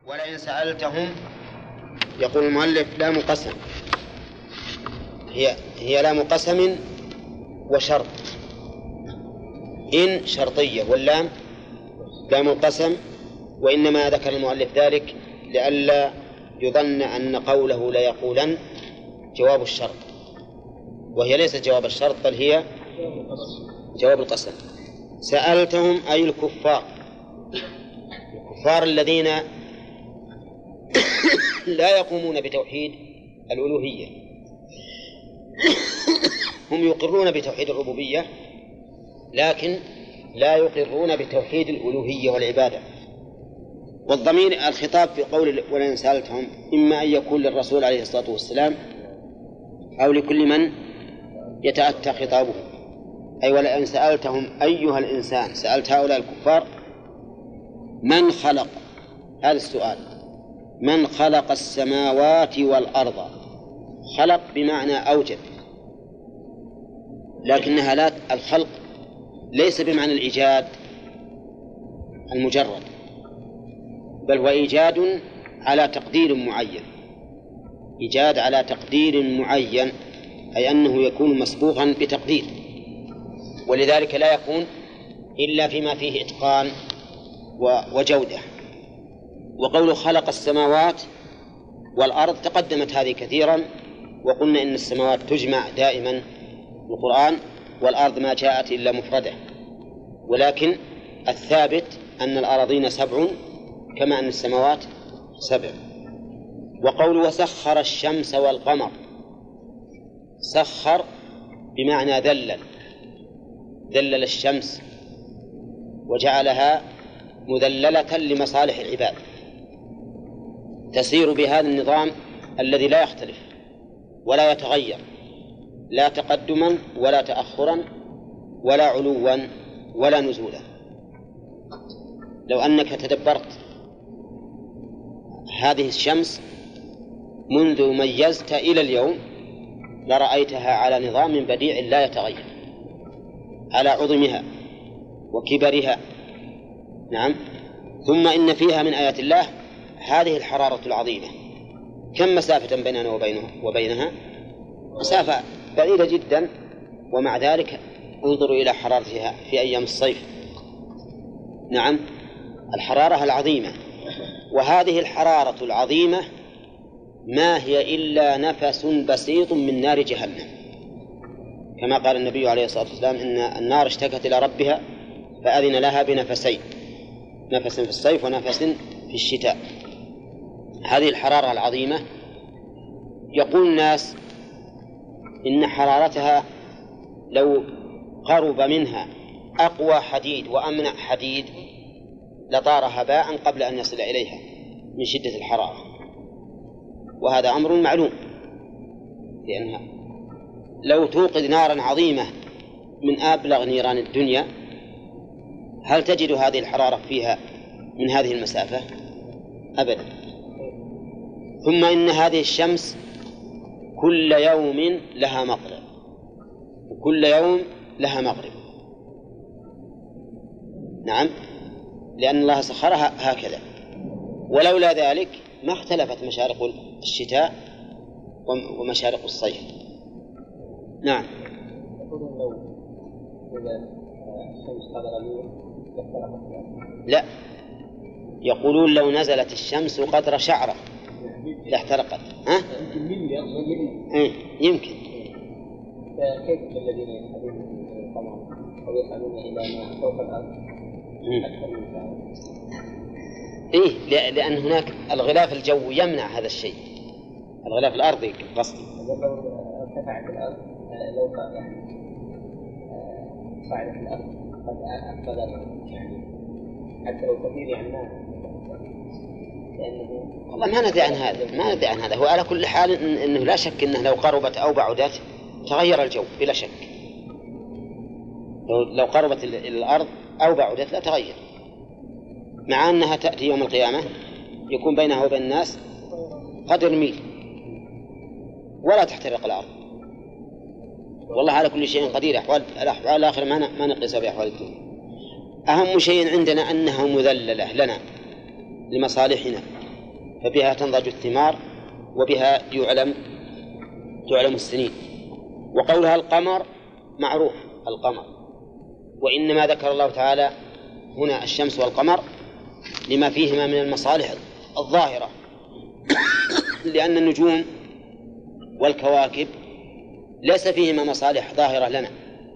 ولئن سألتهم يقول المؤلف لام قسم، هي لام قسم وشرط، إن شرطية واللام لام القسم، وإنما ذكر المؤلف ذلك لئلا يظن أن قوله لا يقولن جواب الشرط، وهي ليست جواب الشرط بل هي جواب القسم. سألتهم أي الكفار الذين لا يقومون بتوحيد الألوهية، هم يقرون بتوحيد الربوبية لكن لا يقرون بتوحيد الألوهية والعبادة. والضمير الخطاب في قول ولئن سألتهم إما أن يكون للرسول عليه الصلاة والسلام أو لكل من يتأتى خطابه، أي ولئن سألتهم أيها الإنسان، سألت هؤلاء الكفار من خلق، هذا السؤال، من خلق السماوات والأرض. خلق بمعنى أوجد، لكنها لا، الخلق ليس بمعنى الإيجاد المجرد، بل هو إيجاد على تقدير معين، إيجاد على تقدير معين، أي أنه يكون مسبوقا بتقدير، ولذلك لا يكون إلا فيما فيه إتقان وجودة. وقول خلق السماوات والأرض تقدمت هذه كثيرا، وقلنا إن السماوات تجمع دائما في القرآن، والأرض ما جاءت إلا مفردة، ولكن الثابت أن الأراضين 7 كما أن السماوات 7. وقول وسخر الشمس والقمر، سخر بمعنى ذلل الشمس وجعلها مذللة لمصالح العباد، تسير بهذا النظام الذي لا يختلف ولا يتغير، لا تقدما ولا تأخرا ولا علوا ولا نزولا. لو أنك تدبرت هذه الشمس منذ ميزت إلى اليوم لرأيتها على نظام بديع لا يتغير، على عظمها وكبرها. نعم. ثم إن فيها من آيات الله هذه الحرارة العظيمة، كم مسافة بيننا وبينها؟ مسافة بعيدة جدا، ومع ذلك انظروا إلى حرارتها في أيام الصيف. نعم، الحرارة العظيمة. وهذه الحرارة العظيمة ما هي إلا نفس بسيط من نار جهنم، كما قال النبي عليه الصلاة والسلام إن النار اشتكت إلى ربها فأذن لها بنفسين، نفس في الصيف ونفس في الشتاء. هذه الحرارة العظيمة يقول الناس إن حرارتها لو قرب منها أقوى حديد وأمنع حديد لطار هباء قبل أن يصل إليها من شدة الحرارة، وهذا أمر معلوم، لأنها لو توقد نارا عظيمة من أبلغ نيران الدنيا هل تجد هذه الحرارة فيها من هذه المسافة؟ أبدا. ثم إن هذه الشمس كل يوم لها مطلع وكل يوم لها مغرب. نعم، لأن الله سخرها هكذا، ولولا ذلك ما اختلفت مشارق الشتاء ومشارق الصيف. نعم. لا، يقولون لو نزلت الشمس قدر شعرة لاحترقت. يمكن. كيف الذين يذهبون القمر أو يسألون إلى ما فوق الأرض أكثر من ذلك؟ لأن هناك الغلاف الجوي يمنع هذا الشيء، الغلاف الأرضي قصدي. لو ارتفعت الأرض، لو صعدت الأرض قد أقبل يعني حتى لو كثير يعني ما، لأنه والله ما ندري عن هذا، هو على كل حال إنه لا شك إنه لو قربت أو بعدت تغير الجو بلا شك. لو قربت إلى الأرض أو بعدت لا تغير، مع أنها تأتي يوم القيامة يكون بينها وبين الناس قدر ميل ولا تحترق الأرض. والله على كل شيء قدير. الأحوال الآخرة ما نقيسها بأحوال الدنيا. أهم شيء عندنا أنها مذللة لنا لمصالحنا، فبها تنضج الثمار وبها تعلم السنين. وقولها القمر معروف القمر، وإنما ذكر الله تعالى هنا الشمس والقمر لما فيهما من المصالح الظاهرة لأن النجوم والكواكب ليس فيهما مصالح ظاهرة لنا،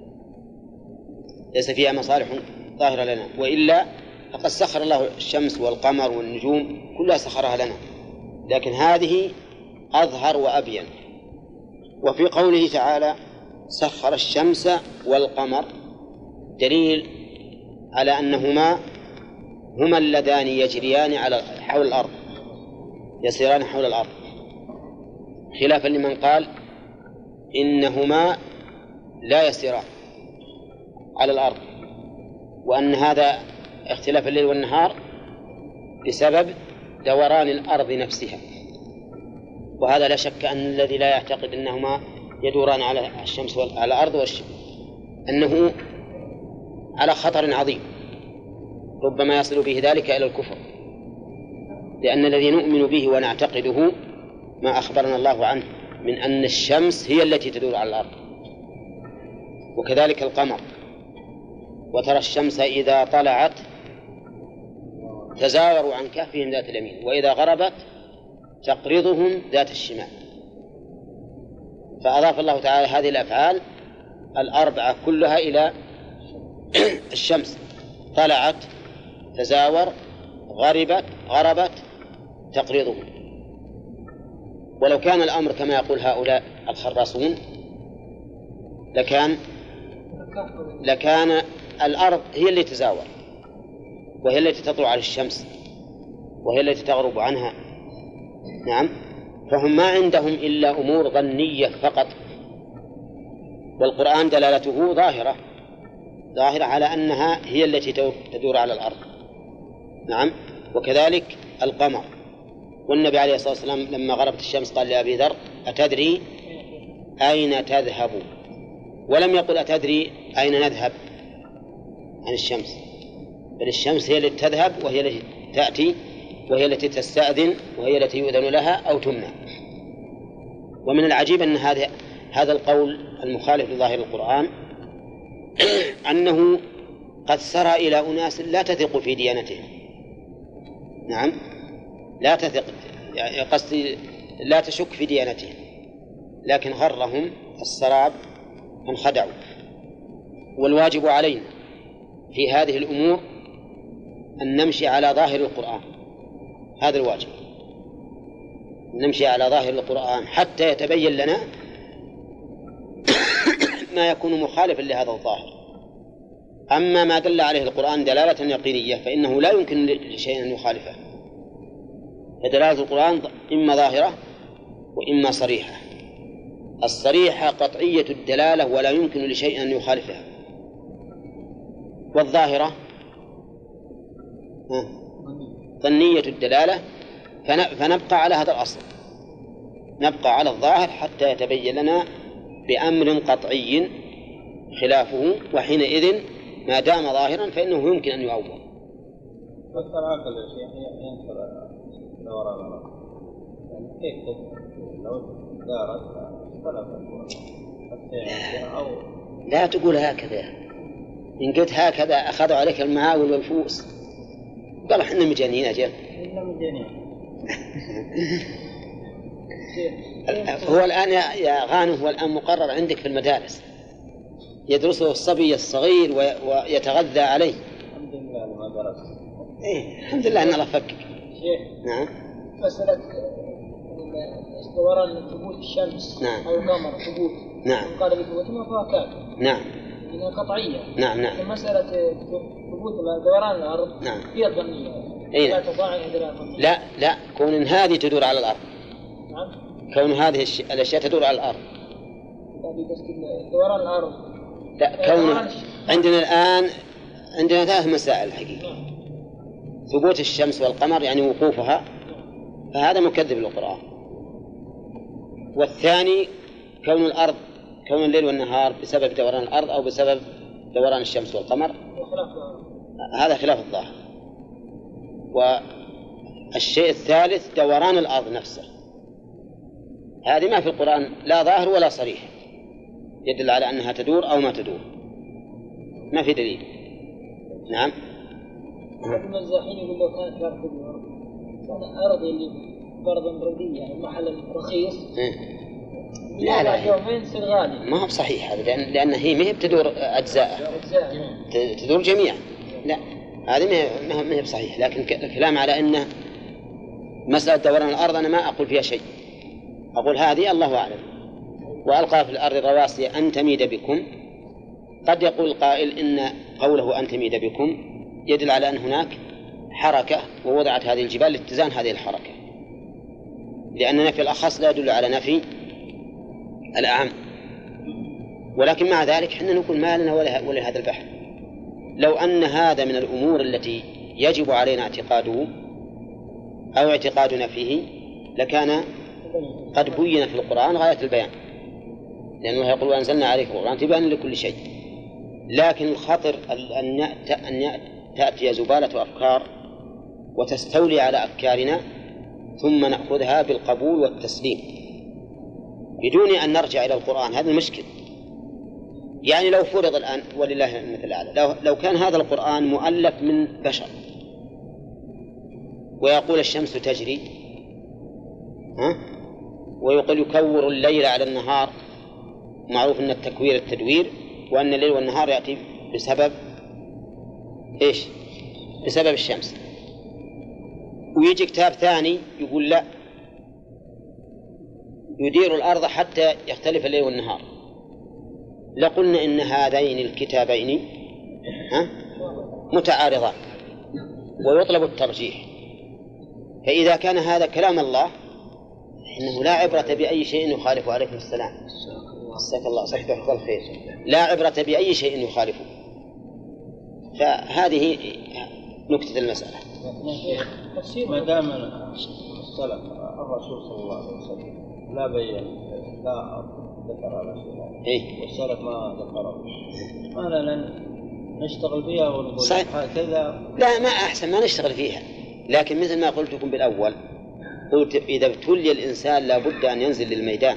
ليس فيها مصالح ظاهرة لنا، وإلا فقد سخر الله الشمس والقمر والنجوم كلها سخرها لنا، لكن هذه أظهر وأبين. وفي قوله تعالى سخر الشمس والقمر دليل على أنهما هما اللذان يجريان حول الأرض، يسيران حول الأرض، خلافا لمن قال إنهما لا يسيران على الأرض، وأن هذا اختلاف الليل والنهار بسبب دوران الأرض نفسها. وهذا لا شك أن الذي لا يعتقد أنهما يدوران على الشمس على الأرض أنه على خطر عظيم، ربما يصل به ذلك إلى الكفر، لأن الذي نؤمن به ونعتقده ما أخبرنا الله عنه من أن الشمس هي التي تدور على الأرض، وكذلك القمر. وترى الشمس إذا طلعت تزاوروا عن كهفهم ذات اليمين وإذا غربت تقرضهم ذات الشمال. فأضاف الله تعالى هذه الأفعال الأربعة كلها إلى الشمس، طلعت، تزاور، غربت، تقرضهم. ولو كان الأمر كما يقول هؤلاء الخراصون لكان الأرض هي التي تزاور، وهي التي تطلع على الشمس، وهي التي تغرب عنها. نعم، فهم ما عندهم إلا أمور ظنية فقط، والقرآن دلالته ظاهرة على أنها هي التي تدور على الأرض. نعم، وكذلك القمر. والنبي عليه الصلاة والسلام لما غربت الشمس قال لأبي ذر أتدري أين تذهب؟ ولم يقل أتدري أين نذهب عن الشمس، بل الشمس هي التي تذهب وهي التي تأتي وهي التي تستأذن وهي التي يؤذن لها أو تمنع. ومن العجيب أن هذا القول المخالف لظاهر القرآن أنه قد سرى إلى أناس لا تثق في ديانتهم. نعم، لا تثق، يعني قصدي لا تشك في ديانتهم، لكن غرهم السراب فانخدعوا. والواجب علينا في هذه الأمور أن نمشي على ظاهر القرآن، هذا الواجب، نمشي على ظاهر القرآن حتى يتبين لنا ما يكون مخالفا لهذا الظاهر. أما ما دل عليه القرآن دلالة يقينية فإنه لا يمكن لشيء أن يخالفه. فدلالة القرآن إما ظاهرة وإما صريحة. الصريحة قطعية الدلالة ولا يمكن لشيء أن يخالفها، والظاهرة ظنية الدلالة، فنبقى على هذا الأصل، نبقى على الظاهر حتى يتبين لنا بأمر قطعي خلافه، وحينئذ ما دام ظاهرا فإنه يمكن أن يؤول. والعقل يا شيخ ينقل دوران يعني كيف لو دارت أو لا تقول هكذا، إن قلت هكذا أخذوا عليك المعاول والفوس، قالوا إحنا مجانين أجل. هو الآن يا غانم هو الآن مقرر عندك في المدارس، يدرسه الصبي الصغير ويتغذى عليه. الحمد لله ما درس. الحمد لله أن الله فكك. نعم. مسألة دوران ثبوت الشمس أو القمر ثبوت. نعم. قال بثبوت ما فيها كافر. نعم. إنها قطعية. نعم. مسألة ثبوت دوران الأرض هي ظنية. لا كون هذه تدور على الأرض. نعم. كون هذه الأشياء تدور على الأرض. دوران الأرض. لا، كون عندنا الآن عندنا 3 مسائل الحقيقة. ثبوت الشمس والقمر يعني وقوفها، فهذا مكذب للقرآن. والثاني كون الأرض، كون الليل والنهار بسبب دوران الأرض أو بسبب دوران الشمس والقمر، هذا خلاف الظاهر. الشيء الثالث دوران الأرض نفسه، هذه ما في القرآن لا ظاهر ولا صريح يدل على أنها تدور أو ما تدور، ما في دليل. نعم. المزاحين يقول لو كانت الأرض أرض اللي فرضا ردية يعني محل رخيص لا يومين يصير غالي. ما هو صحيح هذا، لأن هي ما هي بتدور أجزاء، تدور جميعا. لا هذه ما هي بصحيح. لكن الكلام على أنه مسألة دوران الأرض أنا ما أقول فيها شيء، أقول هذه الله أعلم. وألقى في الأرض رواسي أن تميد بكم. قد يقول القائل إن قوله أن تميد بكم يدل على أن هناك حركة ووضعت هذه الجبال لاتزان هذه الحركة، لأن نفي الأخص لا يدل على نفي الأعم. ولكن مع ذلك حنا نقول ما لنا ولا هذا البحث. لو أن هذا من الأمور التي يجب علينا اعتقاده أو اعتقادنا فيه لكان قد بين في القرآن غاية البيان، لأن الله يقول وأنزلنا عليك القرآن تبيانا لكل شيء. لكن الخطر أن تأتي زبالة أفكار وتستولي على أفكارنا ثم نأخذها بالقبول والتسليم بدون أن نرجع إلى القرآن. هذا المشكل. يعني لو فرض الآن ولله المثل الأعلى، لو كان هذا القرآن مؤلف من بشر ويقول الشمس تجري ويقول يكور الليل على النهار، معروف أن التكوير التدوير، وأن الليل والنهار يأتي بسبب إيش؟ بسبب الشمس. ويجي كتاب ثاني يقول لا، يدير الأرض حتى يختلف الليل والنهار، لقلنا إن هذين الكتابين متعارضان ويطلب الترجيح. فإذا كان هذا كلام الله إنه لا عبرة بأي شيء يخالف. عليكم السلام. جزاك الله صحة الخير. لا عبرة بأي شيء يخالفه. فهذه نكتة المسألة. ما دام السلف الرسول صلى الله عليه وسلم لا بين لا ذكر على شيء والسلف ما ذكره، ما لن نشتغل فيها ونقول هكذا. لا ما أحسن ما نشتغل فيها، لكن مثل ما قلت لكم بالأول، قلت إذا ابتلي الإنسان لابد أن ينزل للميدان.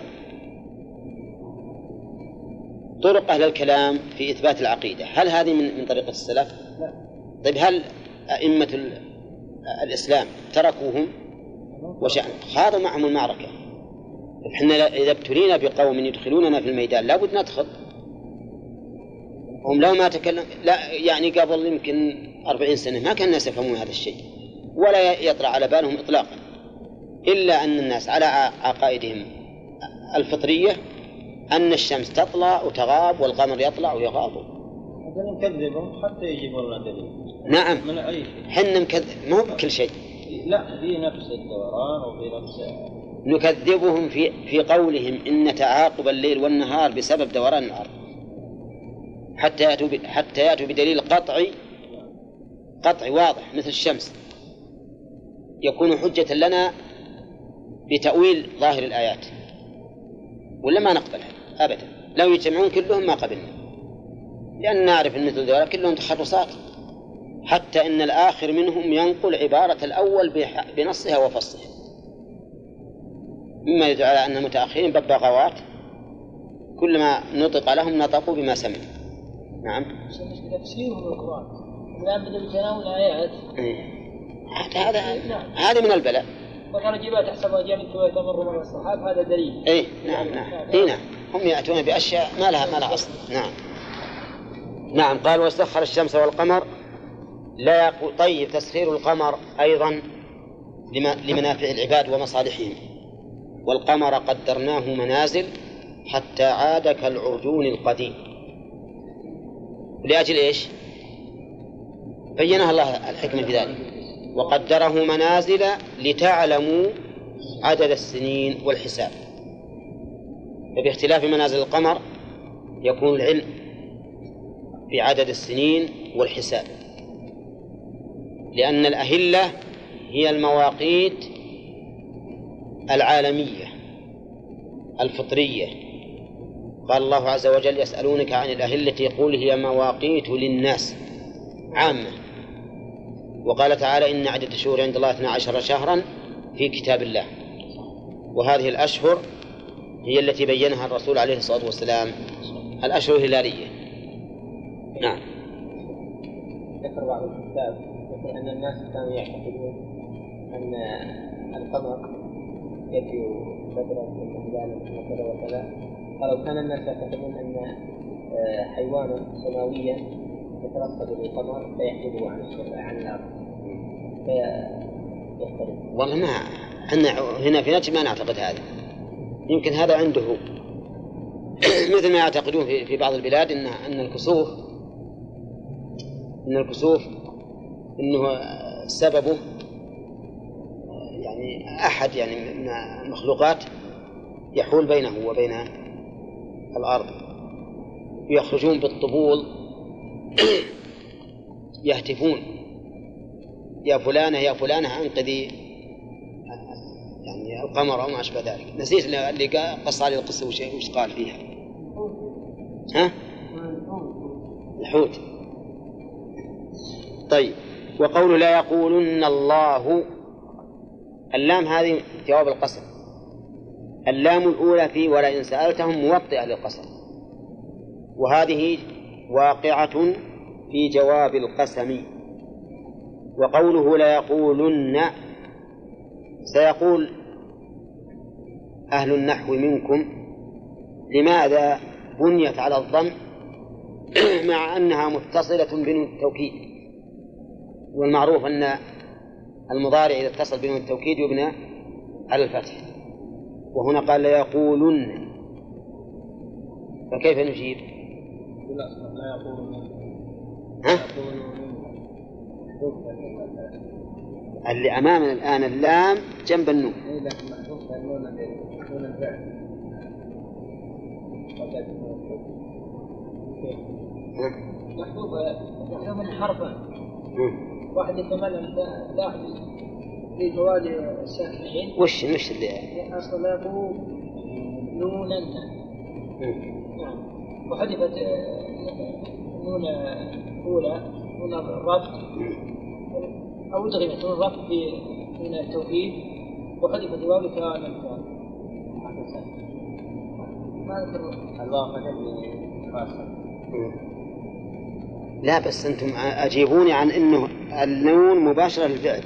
طرق أهل الكلام في إثبات العقيدة هل هذه من طريقة السلف؟ لا. طيب هل أئمة الإسلام تركوهم وشأن خاضوا معهم المعركة؟ إحنا إذا ابتلينا بقوم يدخلوننا في الميدان لابد ندخل. هم لو ما تكلم لا يعني قبل يمكن 40 سنة ما كان الناس يفهمون هذا الشيء ولا يطرأ على بالهم إطلاقا، إلا أن الناس على عقائدهم الفطرية أن الشمس تطلع وتغاب والقمر يطلع ويغاب. هذا نكذبهم حتى يجيبون لنا دليل. نعم من أي شيء. حنا نكذب مو بكل شيء. لا في نفس الدوران وفي نفس. نكذبهم في قولهم إن تعاقب الليل والنهار بسبب دوران الأرض حتى يأتوا بدليل قطعي واضح مثل الشمس يكون حجة لنا بتأويل ظاهر الآيات، ولا ما نقبلها أبدا. لو يجتمعون كلهم ما قبلنا، لأن نعرف أن مثل ذلك كلهم تخرصات، حتى إن الآخر منهم ينقل عبارة الأول بنصها وفصها، مما يدل على أن المتأخرين ببغاوات كلما نطق لهم نطقوا بما سمعوا. نعم. تفسيرهم القرآن الآن بدل تناول الآيات. هذا من البلاء. وكان جبال تحسبها جامد ويتمر من الصحاب، هذا دليل. نعم. هم يأتون بأشياء ما لها أصل. نعم. قال واستخر الشمس والقمر لا يقول. طيب تسخير القمر أيضا لمنافع العباد ومصالحهم. والقمر قدرناه منازل حتى عاد كالعرجون القديم. لأجل إيش؟ بينها الله الحكمة في ذلك. وقدره منازل لتعلموا عدد السنين والحساب. فباختلاف منازل القمر يكون العلم في عدد السنين والحساب، لأن الأهلة هي المواقيت العالمية الفطرية. قال الله عز وجل يسألونك عن الأهلة قل هي مواقيت للناس عامة وقال تعالى إن عدة الشهور عند الله 12 شهرا في كتاب الله، وهذه الأشهر هي التي بينها الرسول عليه الصلاة والسلام، الأشهر الهلالية. نعم. ذكر بعض الكتاب يقول أن الناس كانوا يعتقدون أن القمر يجري بدرا وكذا وكذا، قالوا كان الناس يعتقدون أن حيوانا سماويا يترصد للقمر فيحجبه عن الأرض فيختلف. والله ما هنا في نجد ما نعتقد هذا، يمكن هذا عنده مثل ما يعتقدون في بعض البلاد أن الكسوف إنه سببه يعني أحد يعني من المخلوقات يحول بينه وبين الأرض، يخرجون بالطبول يهتفون يا فلانة يا فلانة أنقذي يعني القمر أو ما أشبه ذلك. نسيت اللي قص عليه القصة وش قال فيها. ها؟ الحوت. طيب. وقول لا يقولن الله، اللام هذه جواب القسم، اللام الأولى في ولئن سألتهم موطئة للقسم، وهذه واقعة في جواب القسم. وقوله لا يقولن، سيقول أهل النحو منكم لماذا بنيت على الضم مع أنها متصلة بنون التوكيد، والمعروف أن المضارع إذا اتصل بنون التوكيد يبنى على الفتح، وهنا قال لا يقولن، فكيف نجيب؟ لا يقولون. ها؟ اللي أمامنا الآن اللام جنب النون. محذوف من حرفا واحد يتملم لاحظ في جوال الساكنين. وش اللي أصلا لا يقول نونا. نعم. وحذفت نون أولى نون الرفع أو أدغمت نون الرفع في نون التوكيد وحذفت الواو كان ما أذكر الله لا بس أنتم أجيبوني عن أنه النون مباشرة للفعل.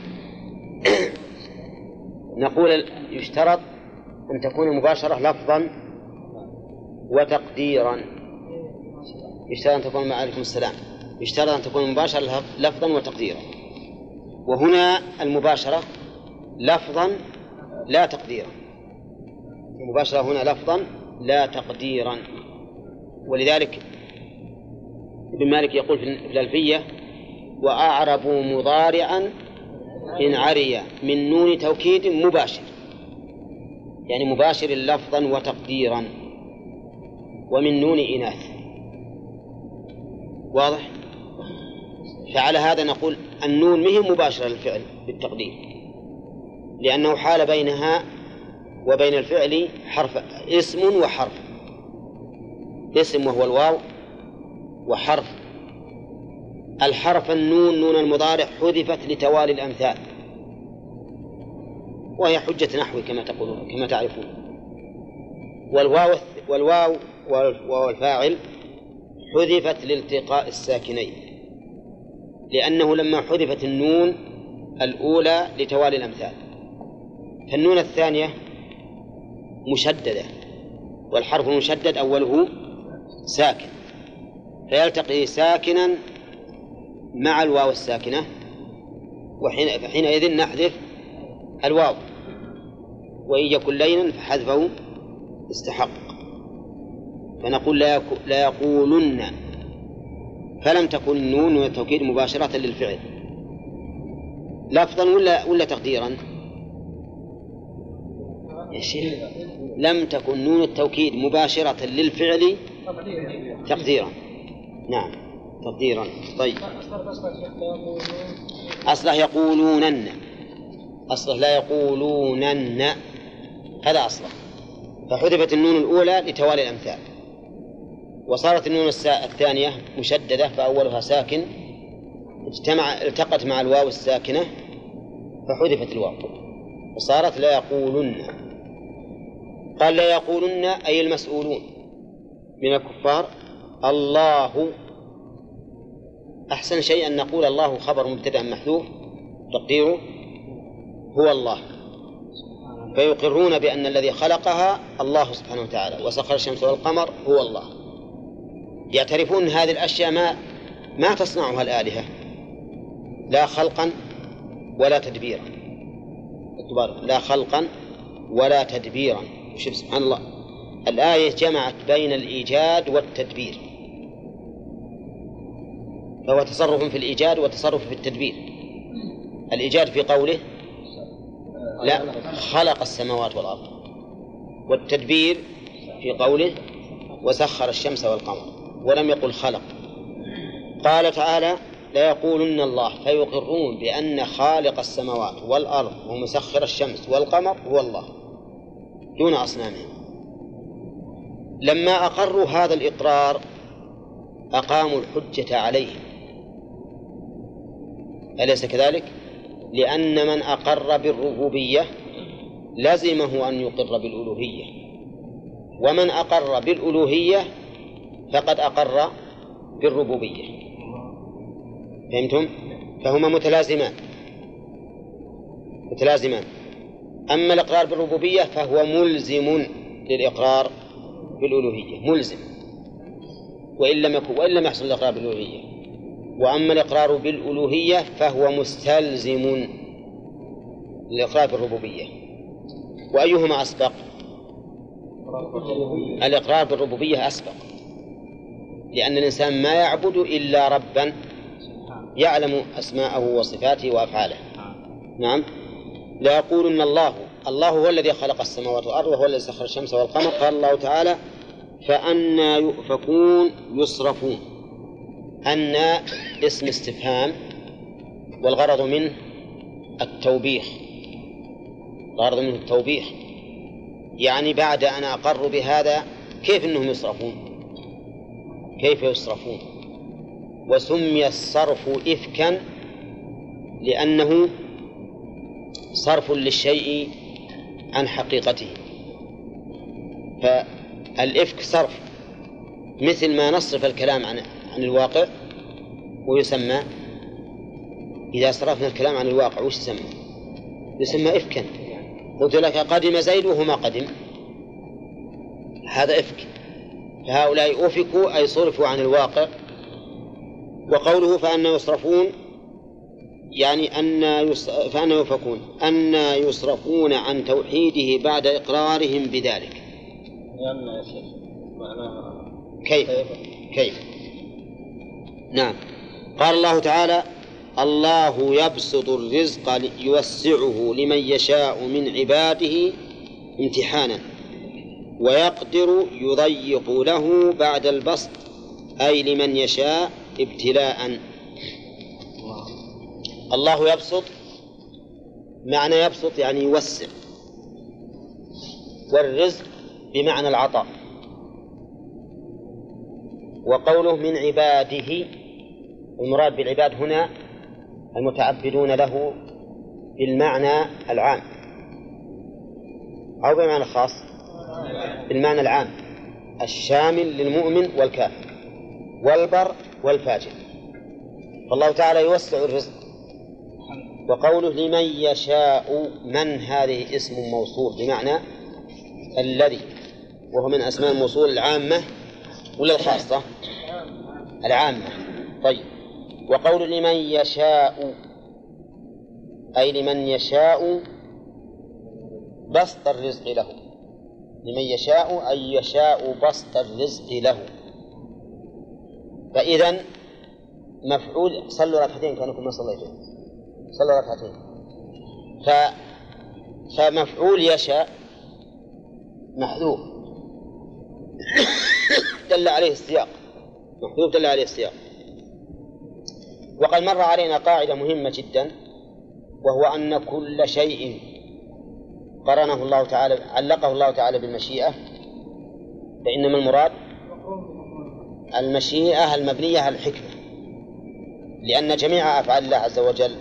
نقول يشترط أن تكون مباشرة لفظا وتقديرا. يشترط أن تكون عليكم السلام، يشترط أن تكون مباشرة لفظا وتقديرا، وهنا المباشرة لفظا لا تقديرا، المباشرة هنا لفظا لا تقديرا. ولذلك ابن مالك يقول في الألفية وأعربوا مضارعا إن عري من نون توكيد مباشر، يعني مباشر لفظا وتقديرا، ومن نون إناث. واضح؟ فعلى هذا نقول النون مهم مباشرة للفعل بالتقدير، لأنه حال بينها وبين الفعل حرف اسم وحرف، اسم وهو الواو، وحرف الحرف النون نون المضارع حذفت لتوالي الأمثال، وهي حجة نحو كما تقولون كما تعرفون. والواو والفاعل حذفت لالتقاء الساكنين، لأنه لما حذفت النون الأولى لتوالي الأمثال، فالنون الثانية مشددة، والحرف المشدد أوله ساكن، فيلتقي ساكنا مع الواو الساكنة، وحينئذ نحذف الواو، وإن يكن لينا فحذفه استحق. فنقول لا يقولن، فلم تكن النون والتوكيد مباشرة للفعل لفظا ولا تقديرا يا شيخ؟ لم تكن نون التوكيد مباشرة للفعل تقديرا. نعم تقديرا. طيب أصله يقولونن، أصله لا يقولونن، هذا أصله، فحذفت النون الأولى لتوالي الأمثال، وصارت النون الثانية مشددة فأولها ساكن التقت مع الواو الساكنة فحذفت الواو وصارت لا يقولن. قال لا يقولن أي المسؤولون من الكفار الله. أحسن شيء أن نقول الله خبر مبتدأ محذوف تقديره هو الله، فيقرون بأن الذي خلقها الله سبحانه وتعالى وسخر الشمس والقمر هو الله. يعترفون هذه الأشياء ما تصنعها الآلهة لا خلقا ولا تدبيرا، لا خلقا ولا تدبيرا. شوف سبحان الله، الآية جمعت بين الإيجاد والتدبير، فهو تصرف في الإيجاد وتصرف في التدبير. الإيجاد في قوله لا خلق السماوات والأرض، والتدبير في قوله وسخر الشمس والقمر، ولم يقل خلق. قال تعالى لا يقولن الله، فيقرون بأن خالق السماوات والأرض ومسخر الشمس والقمر هو الله دون أصنامهم. لما أقروا هذا الإقرار أقاموا الحجة عليهم، أليس كذلك؟ لأن من أقر بالربوبية لزمه أن يقر بالألوهية، ومن أقر بالألوهية فقد أقر بالربوبية. فهمتم؟ فهما متلازمان. أما الإقرار بالربوبية فهو ملزم للإقرار بالألوهية، ملزم وإن لم يحصل الإقرار بالألوهية. وأما الإقرار بالألوهية فهو مستلزم للإقرار بالربوبية. وأيهما أسبق؟ الإقرار بالربوبية أسبق، لأن الإنسان ما يعبد إلا ربا يعلم أسماءه وصفاته وأفعاله. نعم. لا يقولن الله هو الذي خلق السماوات والأرض وهو الذي سخر الشمس والقمر. قال الله تعالى فأنى يؤفكون يصرفون. أن اسم استفهام والغرض منه التوبيخ، يعني بعد أن أقر بهذا كيف أنهم يصرفون، كيف يصرفون. وسمي الصرف إفكا لأنه صرف للشيء عن حقيقته، فالإفك صرف، مثل ما نصرف الكلام عن الواقع ويسمى إذا صرفنا الكلام عن الواقع وش يسمى إفكا. قلت لك قدم زيد وهو ما قدم، هذا إفك. فهؤلاء أفكوا أي صرفوا عن الواقع. وقوله فأنا يصرفون يعني فأنا يؤفكون أن يصرفون عن توحيده بعد إقرارهم بذلك. كيف؟ نعم. قال الله تعالى الله يبسط الرزق يوسعه لمن يشاء من عباده امتحانا ويقدر يضيق له بعد البسط أي لمن يشاء ابتلاء. الله يبسط، معنى يبسط يعني يوسع، والرزق بمعنى العطاء. وقوله من عباده، المراد بالعباد هنا المتعبدون له بالمعنى العام أو بالمعنى الخاص؟ بالمعنى العام الشامل للمؤمن والكافر والبر والفاجر. فالله تعالى يوسع الرزق. وقوله لمن يشاء، من هذه اسم موصول بمعنى الذي، وهو من أسماء الموصول العامة ولا الخاصة؟ العامة. طيب. وقول لمن يشاء أي لمن يشاء بسط الرزق له، لمن يشاء أي يشاء بسط الرزق له. فإذن مفعول، صلوا ركعتين كأنكم ما صليتم، صلوا ركعتين. فمفعول يشاء محذوف دل عليه السياق، محذوف دل عليه السياق. وقد مر علينا قاعدة مهمة جدا، وهو أن كل شيء قرنه الله تعالى علقه الله تعالى بالمشيئة فإنما المراد المشيئة المبنية على الحكمة. لأن جميع أفعال الله عز وجل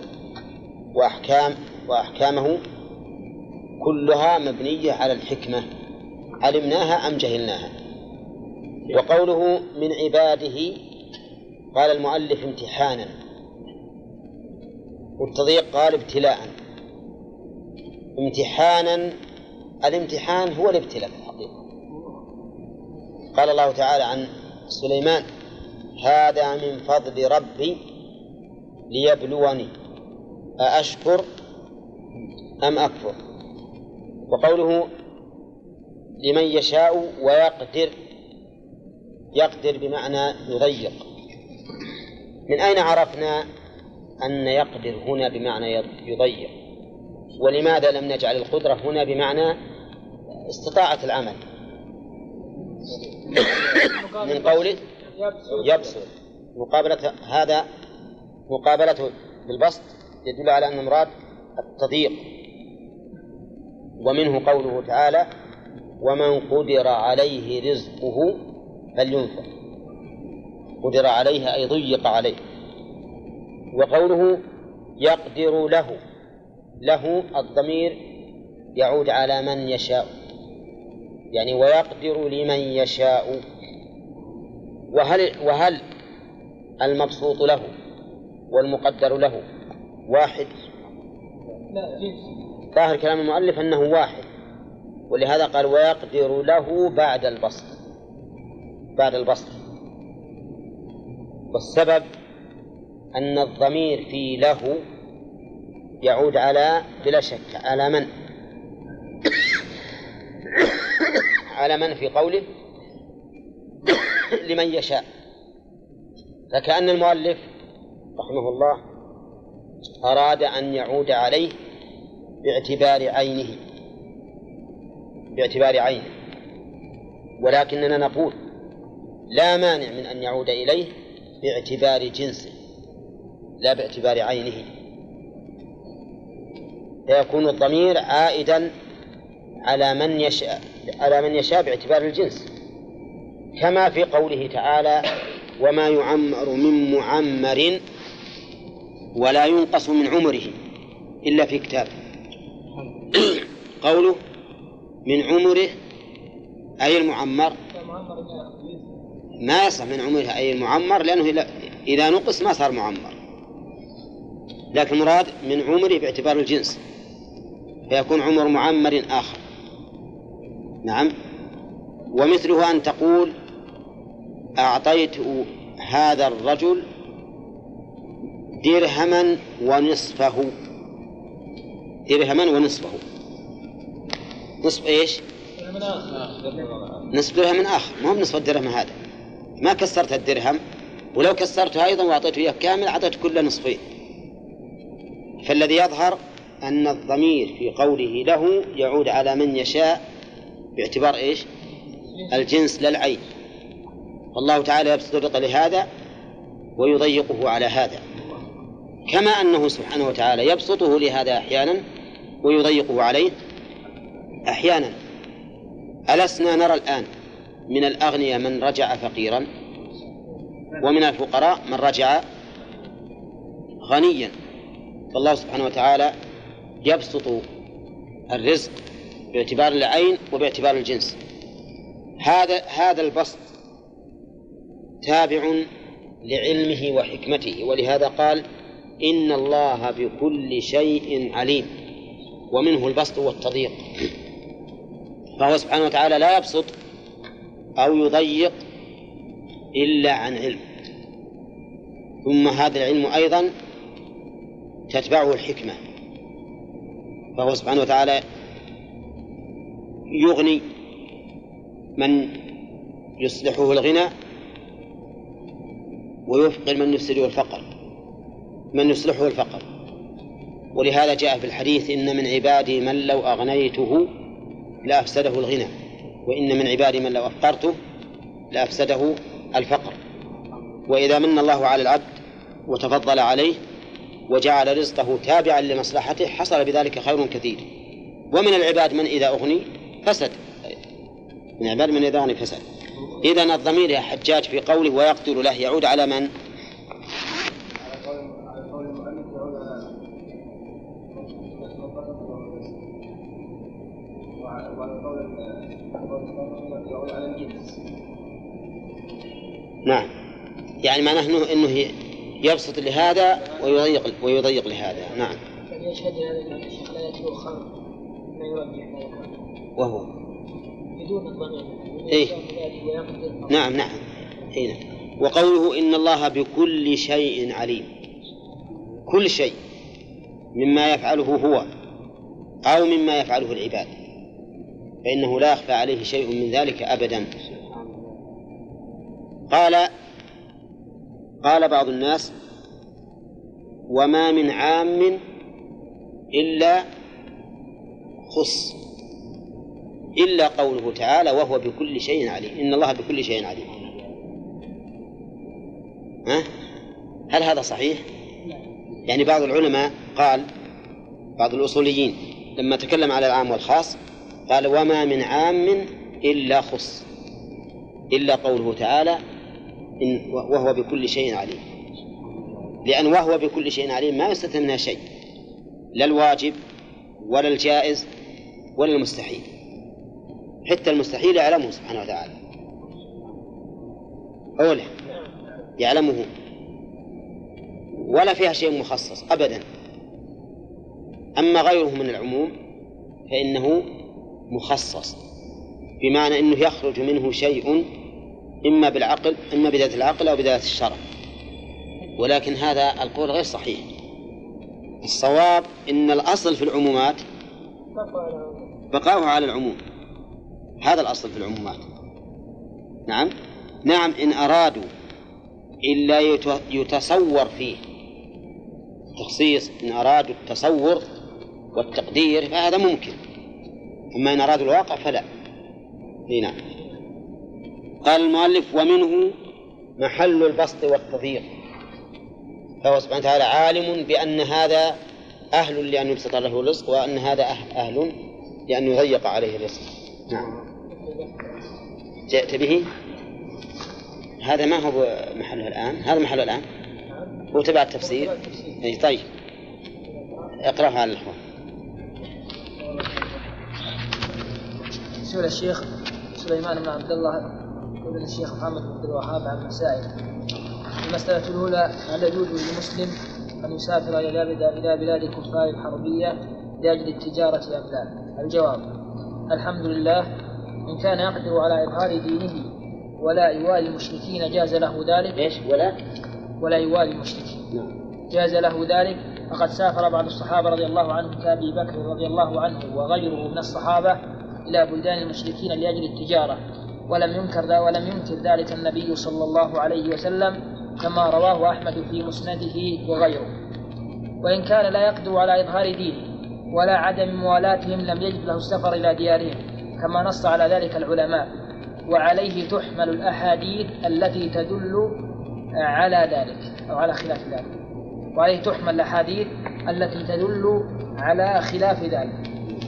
وأحكامه كلها مبنية على الحكمة، علمناها أم جهلناها. وقوله من عباده قال المؤلف امتحانا، والتضييق قال ابتلاء. امتحانا، الامتحان هو الابتلاء في الحقيقة. قال الله تعالى عن سليمان هذا من فضل ربي ليبلوني أأشكر أم أكفر. وقوله لمن يشاء ويقدر، يقدر بمعنى يضيق. من أين عرفنا أن يقدر هنا بمعنى يضيق؟ ولماذا لم نجعل القدرة هنا بمعنى استطاعة العمل؟ من قوله يبسط، مقابلة هذا مقابلته بالبسط يدل على أن المراد التضييق. ومنه قوله تعالى ومن قدر عليه رزقه فلينفق، قدر عليه أي ضيق عليه. وقوله يقدر له، له الضمير يعود على من يشاء، يعني ويقدر لمن يشاء. وهل المبسوط له والمقدر له واحد؟ لا، ظاهر كلام المؤلف أنه واحد، ولهذا قال ويقدر له بعد البسط، بعد البسط. والسبب أن الضمير في له يعود على بلا شك على من على من في قوله لمن يشاء. فكأن المؤلف رحمه الله أراد أن يعود عليه باعتبار عينه، باعتبار عينه، ولكننا نقول لا مانع من أن يعود إليه باعتبار جنسه لا باعتبار عينه، فيكون الضمير عائدا على من يشاء باعتبار الجنس، كما في قوله تعالى وما يعمر من معمر ولا ينقص من عمره إلا في كتاب. قوله من عمره أي المعمر، ما يصح من عمره أي المعمر، لأنه إذا نقص ما صار معمر، لكن مراد من عمره باعتبار الجنس، فيكون عمر معمر آخر. نعم. ومثله أن تقول أعطيت هذا الرجل درهما ونصفه، درهما ونصفه، نصف إيش؟ نصف درهم آخر، ما هو نصف الدرهم هذا، ما كسرت الدرهم، ولو كسرته أيضا وأعطيته إياه كامل أعطيت كل نصفين. فالذي يظهر أن الضمير في قوله له يعود على من يشاء باعتبار إيش؟ الجنس لا العين. والله تعالى يبسط الرزق لهذا ويضيقه على هذا، كما أنه سبحانه وتعالى يبسطه لهذا أحيانا ويضيقه عليه أحيانا. ألسنا نرى الآن من الأغنياء من رجع فقيرا، ومن الفقراء من رجع غنيا. فالله سبحانه وتعالى يبسط الرزق باعتبار العين وباعتبار الجنس. هذا البسط تابع لعلمه وحكمته، ولهذا قال إن الله بكل شيء عليم، ومنه البسط والتضييق. فهو سبحانه وتعالى لا يبسط أو يضيق إلا عن علم، ثم هذا العلم أيضا تتبعه الحكمة. فهو سبحانه وتعالى يغني من يصلحه الغنى ويفقر من يفسده الفقر، من يصلحه الفقر. ولهذا جاء في الحديث إن من عبادي من لو أغنيته لأفسده الغنى، وإن من عبادي من لو أفقرته لأفسده الفقر. وإذا من الله على العبد وتفضل عليه وجعل رزقه تابعا لمصلحته حصل بذلك خير كثير. ومن العباد من إذا أغني فسد، من العباد من إذا أغني فسد. إذن الضمير يا حجاج في قوله ويقدر له يعود على من؟ نعم، يعني معناه أنه يبسط لهذا ويضيق لهذا. نعم. يشهد هذا الشيخ لا يتلو خمر ما يرجح ما يقال وهو بدون الضمير. إيه؟ نعم نعم. هنا وقوله إن الله بكل شيء عليم، كل شيء مما يفعله هو أو مما يفعله العباد فإنه لا يخفى عليه شيء من ذلك أبدا. قال بعض الناس وما من عام إلا خص، إلا قوله تعالى وهو بكل شيء عليم، إن الله بكل شيء عليم. هل هذا صحيح؟ يعني بعض العلماء قال، بعض الأصوليين لما تكلم على العام والخاص قال وما من عام إلا خص، إلا قوله تعالى وهو بكل شيء عليم، لأن وهو بكل شيء عليم ما يستثنى منها شيء، لا الواجب ولا الجائز ولا المستحيل، حتى المستحيل يعلمه سبحانه وتعالى، أولا يعلمه ولا فيها شيء مخصص أبدا. أما غيره من العموم فإنه مخصص، بمعنى أنه يخرج منه شيء إما بالعقل إما بداية العقل أو بداية الشرع، ولكن هذا القول غير صحيح. الصواب إن الأصل في العمومات بقاؤها على العموم، هذا الأصل في العمومات. نعم إن أرادوا إلا يتصور فيه تخصيص، إن أرادوا التصور والتقدير فهذا ممكن، أما إن أرادوا الواقع فلا. نعم. قال المؤلف ومنه محل البسط والتضييق، فهو سبحانه وتعالى عالم بأن هذا أهل لأن يبسط له الرزق وأن هذا أهل لأن يضيق عليه الرزق. نعم. جئت به هذا ما هو محله الآن، هذا محله الآن هو تبع التفسير. أي طيب اقرأها على الأخوة. سئل الشيخ سليمان بن عبد الله ابن الشيخ محمد بن عبد الوهاب عن مسائل. المسألة الأولى هل يجوز للمسلم أن يسافر إلى بلاد الكفار الحربية لأجل التجارة أم لا؟ الجواب الحمد لله، إن كان يقدر على إظهار دينه ولا يوالي المشركين جاز له ذلك. إيش ولا يوالي المشركين جاز له ذلك. فقد سافر بعض الصحابة رضي الله عنهم كأبي بكر رضي الله عنه وغيره من الصحابة إلى بلدان المشركين لأجل التجارة، ولم ينكر ذلك النبي صلى الله عليه وسلم كما رواه أحمد في مسنده وغيره. وإن كان لا يقدر على إظهار دينه ولا عدم موالاتهم لم يجب له السفر إلى ديارهم كما نص على ذلك العلماء، وعليه تحمل الأحاديث التي تدل على ذلك أو على خلاف ذلك، وعليه تحمل الأحاديث التي تدل على خلاف ذلك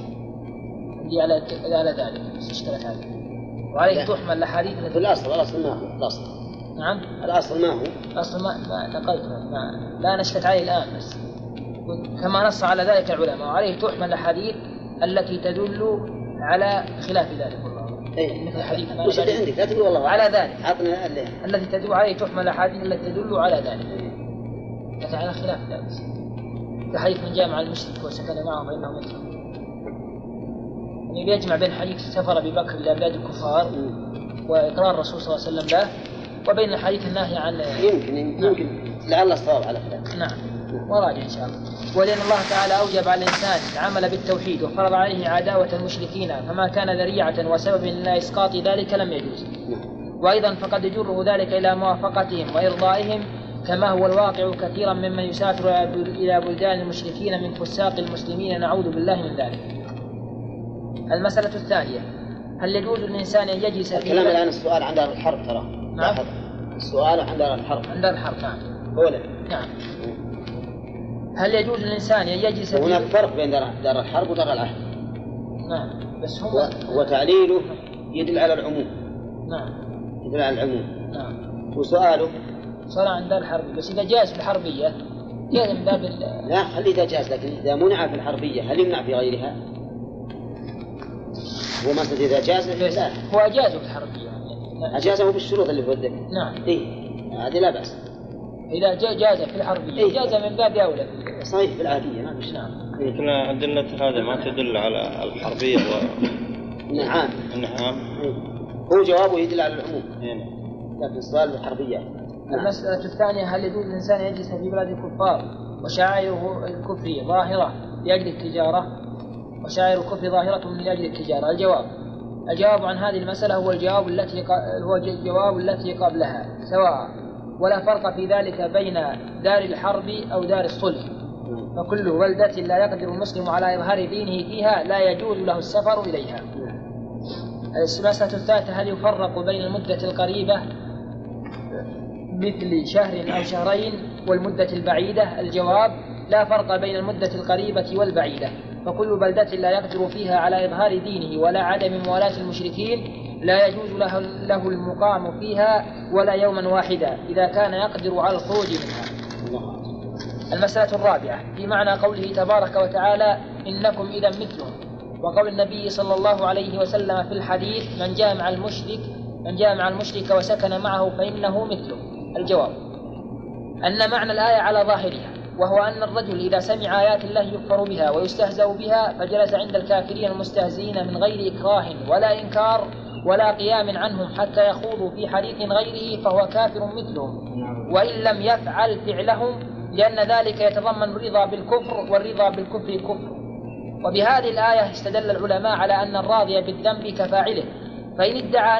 على ذلك اشترك هذا. وعليه تحمل الأحاديث في الأصل ما هو الأصل. نعم الأصل ما هو الأصل ما نقلت لا نشكت عليه الآن، بس كما نص على ذلك العلماء وعليه تحمل الأحاديث التي تدل على خلاف ذلك. مثل حديث وش اللي عندك لا تقول والله على ذلك عطنا التي تدل عليه تحمل الأحاديث التي تدل على ذلك لكن على خلاف ذلك. كحديث من جامع المشرك وسكن معه فإنه مثله، يعني يجمع بين حديث سفر أبي بكر إلى بلاد الكفار وإقرار الرسول صلى الله عليه وسلم له وبين حديث النهي عن يمكن لعل الصواب على خلاف. نعم وراجع إن شاء الله. ولأن الله تعالى أوجب على الإنسان العمل بالتوحيد وفرض عليه عداوة المشركين، فما كان ذريعة وسبب إلى إسقاط ذلك لم يجوز. وأيضا فقد يجره ذلك إلى موافقتهم وإرضائهم كما هو الواقع كثيرا ممن يسافر إلى بلدان المشركين من فساق المسلمين، نعوذ بالله من ذلك. المسألة الثانية هل يجوز للإنسان أن يجلس الكلام الآن السؤال عن دار الحرب ترى. نعم. السؤال عن دار الحرب. عن دار الحرب نعم. أولا. نعم. هل يجوز للإنسان أن يجلس هناك فرق بين دار الحرب ودار العهد. نعم. بس هو تعليله يدل على العموم. نعم. يدل على العموم. نعم. وسؤاله صار عن دار الحرب، بس إذا جاء في الحربية جاز من باب لا خلي إذا جاز، لكن إذا منع في الحربية هل يمنع في غيرها؟ هو مثلا إذا جاز لا هو أجازه في الحربية أجازه بالشروط اللي هو الذكر. نعم هذه لا بأس. إذا جاز في الحربية جاز من باب أولى. صحيح في العادية ما فيش. نعم. لكن أدلة هذا ما تدل على الحربية نعم. نعم. هو جوابه يدل على العموم. نعم. لكن السؤال بالحربية. المسألة الثانية: هل يجوز الإنسان يجلس في بلاد الكفار وشعائر الكفر ظاهرة لأجل التجارة؟ وشعائر الكفر ظاهرة من أجل التجارة. الجواب عن هذه المسألة هو الجواب التي قبلها سواء، ولا فرق في ذلك بين دار الحرب أو دار الصلح، فكل بلدة لا يقدر المسلم على إظهار دينه فيها لا يجوز له السفر إليها. المسألة الثالثة: هل يفرق بين المدة القريبة مثل شهر أو شهرين والمدة البعيدة؟ الجواب: لا فرق بين المدة القريبة والبعيدة، فكل بلدة لا يقدر فيها على إظهار دينه ولا عدم موالاة المشركين لا يجوز له المقام فيها ولا يوما واحدا إذا كان يقدر على الخروج منها. المسألة الرابعة في معنى قوله تبارك وتعالى: إنكم إذا مثلهم، وقول النبي صلى الله عليه وسلم في الحديث: من جاء مع المشرك وسكن معه فإنه مثله. الجواب: أن معنى الآية على ظاهرها، وهو أن الرجل إذا سمع آيات الله يكفر بها ويستهزأ بها فجلس عند الكافرين المستهزئين من غير إكراه ولا إنكار ولا قيام عنهم حتى يخوضوا في حديث غيره فهو كافر مثلهم، وإن لم يفعل فعلهم، لأن ذلك يتضمن الرضا بالكفر، والرضا بالكفر كفر. وبهذه الآية استدل العلماء على أن الراضي بالذنب كفاعله، فإن ادعى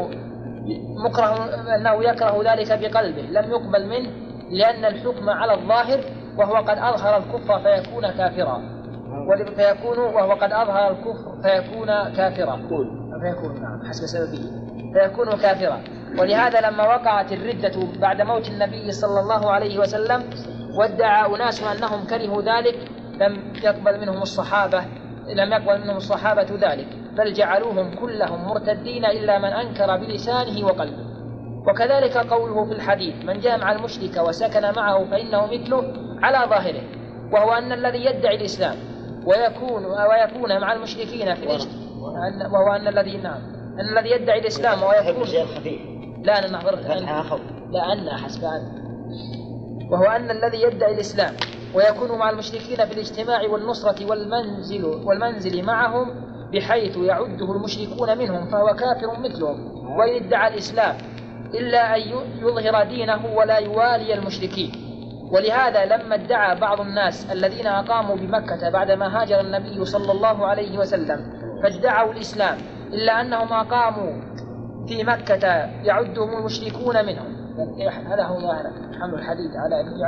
أنه يكره ذلك بقلبه لم يقبل منه، لأن الحكم على الظاهر، وهو قد أظهر الكفر فيكون كافرا، وهو قد أظهر الكفر فيكون كافرا، حسب سببه فيكون كافرا. ولهذا لما وقعت الردة بعد موت النبي صلى الله عليه وسلم وادعى أناس أنهم كرهوا ذلك لم يقبل منهم الصحابة ذلك، بل جعلوهم كلهم مرتدين إلا من أنكر بلسانه وقلبه. وكذلك قوله في الحديث: من جاء مع المشرك وسكن معه فإنه مثله، على ظاهره، وهو أن الذي يدعي الإسلام ويكون مع المشركين في وهو أن الذي يدعي الإسلام ويكون وهو أن الذي يدعي الإسلام ويكون مع المشركين في الاجتماع والنصرة والمنزل معهم بحيث يعده المشركون منهم فهو كافر مثلهم، وإن ادعى الإسلام إلا أن يظهر دينه ولا يوالي المشركين. ولهذا لما ادعى بعض الناس الذين أقاموا بمكة بعدما هاجر النبي صلى الله عليه وسلم فادعوا الإسلام إلا أنهم أقاموا في مكة يعدهم المشركون منهم، هذا هو حمل الحديث على أن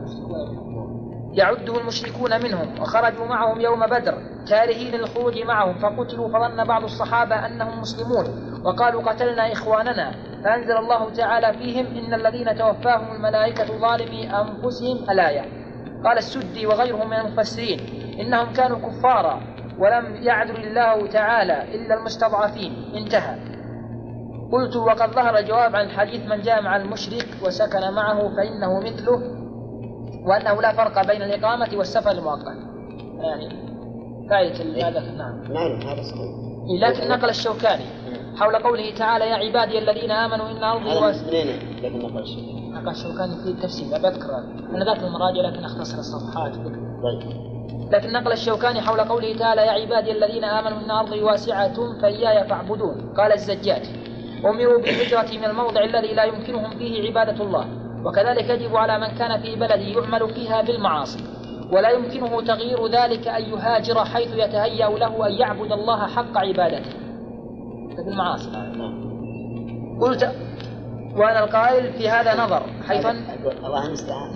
يعده المشركون منهم، وخرجوا معهم يوم بدر كارهين الخروج معهم فقتلوا، فظن بعض الصحابة أنهم مسلمون وقالوا قتلنا إخواننا، فأنزل الله تعالى فيهم: إن الذين توفاهم الملائكة ظالمي أنفسهم. الآية. قال السدي وغيرهم من المفسرين: إنهم كانوا كفارا ولم يعذر الله تعالى إلا المستضعفين. انتهى. قلت: وقد ظهر الجواب عن الحديث: من جاء مع المشرك وسكن معه فإنه مثله، وأنه لا فرق بين الإقامة والسفر المؤقت. يعني فائدة هذا. نعم هذا صحيح. لكن نقل الشوكاني حول قوله تعالى: يا عبادي الذين آمنوا إن أرضي واسعة. نقل الشوكاني في التفسير، لا بذكر أنا ذاك المراجع لكن أختصر الصفحات. لكن نقل الشوكاني حول قوله تعالى: يا عبادي الذين آمنوا إن أرضي واسعة فإياي فاعبدون. قال الزجاج: أمروا بالهجرة من الموضع الذي لا يمكنهم فيه عبادة الله، وكذلك يجب على من كان في بلد يعمل فيها بالمعاصي ولا يمكنه تغيير ذلك أن يهاجر حيث يتهيأ له أن يعبد الله حق عبادته بالمعاصي. قلت: وأنا القائل في هذا نظر، حيث الله المستعان.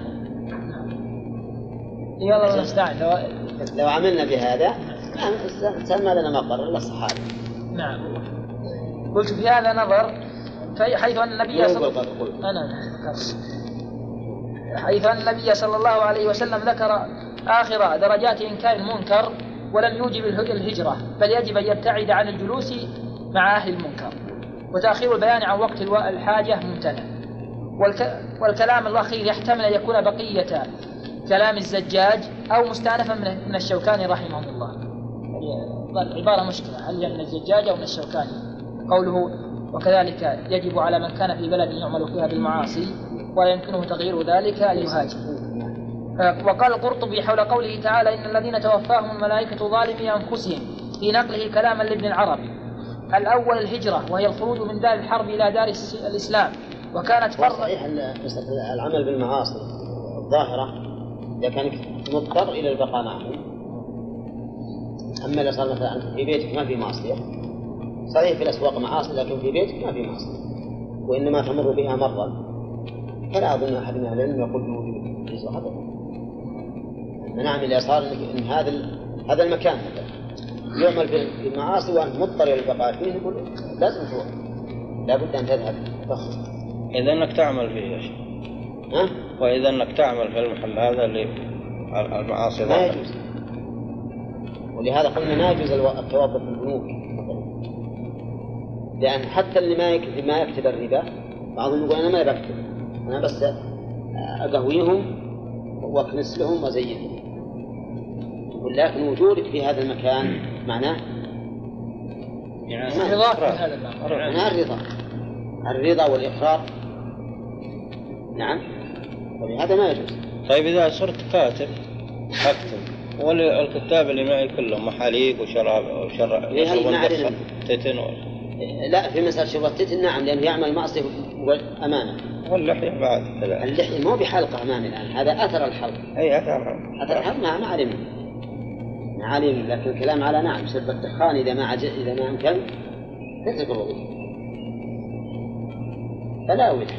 الله المستعان. لو عملنا بهذا سمى لنا مقر إلا الصحابة. نعم. قلت: في هذا نظر، حيث أن النبي صلى الله عليه وسلم ذكر آخر درجات إنكار المنكر ولم يوجب الهجرة، بل يجب أن يبتعد عن الجلوس مع أهل المنكر، وتأخير البيان عن وقت الحاجة ممتنع. والكلام الأخير يحتمل أن يكون بقية كلام الزجاج أو مستأنفا من الشوكاني رحمه الله. يعني عبارة مشكلة، هل هي من الزجاج أو من الشوكاني؟ قوله وكذلك يجب على من كان في بلد يعمل فيها بالمعاصي ولا يمكنه تغيير ذلك أن يهاجر. وقال القرطبي حول قوله تعالى إن الذين توفاهم الملائكة ظالمي أنفسهم في نقله كلاما لابن العربي. الأول الهجرة وهي الخروج من دار الحرب إلى دار الإسلام، وكانت فرضا. صحيح أن العمل بالمعاصي الظاهرة إذا كانت مضطر إلى البقاء معهم. أما إذا صار مثلا في بيتك ما في معصية، صحيح في الأسواق معاصي لكن في بيتك ما في معصية وإنما تمر بها مرة، فلا أظن أحد من أهل العلم يقول بوجود الهجرة هذا. نعم إذا صار إن هذا المكان يعمل في المعاصي وأنت مضطر إلى البقاء فيه، نقول لازم تروح، لا بد أن تذهب. إذا أنك تعمل فيه شيء، وإذا أنك تعمل في المحل هذا اللي المعاصي ما يجوز. ولهذا قلنا ما يجوز التوظف في البنوك، لأن حتى اللي ما يكتب الربا بعضهم يقول أنا ما بكتب، أنا بس أقهويهم وأكنس لهم وزينهم. ولكن وجودك في هذا المكان معناه الرضا والإقرار. نعم، ولهذا ما يجوز. طيب إذا صرت كاتب أكتب، والكتاب اللي معي كلهم محاليق وشراب تتن لا، في مسألة شرب التتن نعم، لأنه يعمل معصية أمامه. واللحية بعد كذا، اللحية مو بحلقة أمامي الآن، هذا أثر الحلق. أي أثر الحلق ما علم، لكن الكلام على نعم شرب الدخان إذا ما أمكن تترك الوظيفة فلا وجه.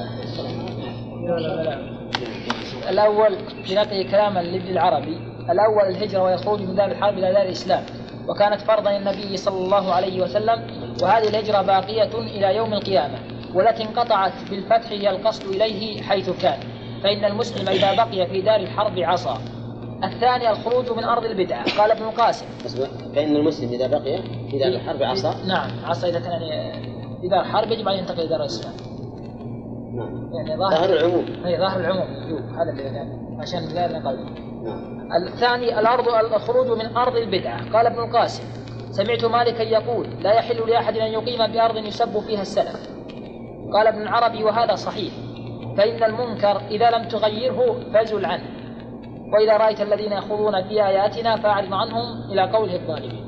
الأول بنقل كلاما لابن العربي. الأول الهجرة وهي الخروج من دار الحرب إلى دار الإسلام، وكانت فرضا النبي صلى الله عليه وسلم، وهذه الهجرة باقية إلى يوم القيامة، والتي انقطعت بالفتح هي القصد إليه حيث كان، فإن المسلم إذا بقي في دار الحرب عصى. الثاني الخروج من أرض البدعة. قال ابن القاسم فإن المسلم إذا بقي في دار الحرب عصى. نعم، عصى إذا كان في دار الحرب يجب أن ينتقل إلى دار الإسلام. نعم، يعني ظاهر العموم. ظاهر العموم هذا اللي عشان غير نقل. الثاني الخروج من أرض البدعة. قال ابن القاسم سمعت مالكا يقول لا يحل لأحد أن يقيم بأرض يسب فيها السلف. قال ابن العربي وهذا صحيح، فإن المنكر إذا لم تغيره فازل عنه، وإذا رأيت الذين يخوضون في آياتنا فأعرض عنهم إلى قوله الظالمين.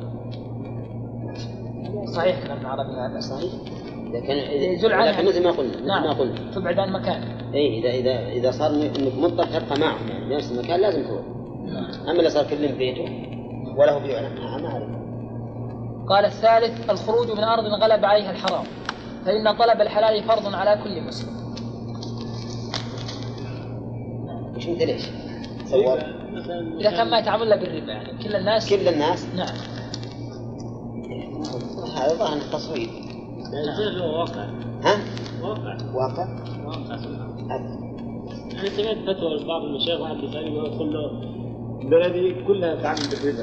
صحيح كلام ابن العربي هذا صحيح، لكن مثل ما قلنا نعم. تبعد عن مكان. إذا صار إنك مضطر تبقى معهم يعني نفس المكان لازم تروح. أما اللي صار كل بيته وله بيعنا ما أعرف. قال الثالث الخروج من أرض غلب عليها الحرام، فإن طلب الحلال فرض على كل مسلم. مش مثل إيش؟ إذا كان ما يتعامل بالربا يعني كل الناس نعم. هذا ظاهر التصوير. يصير واقع. واقع. أنا سمعت فتوى بعض المشايخ واحد بيسألني يقول له بلدي كلها تعمل بالربا.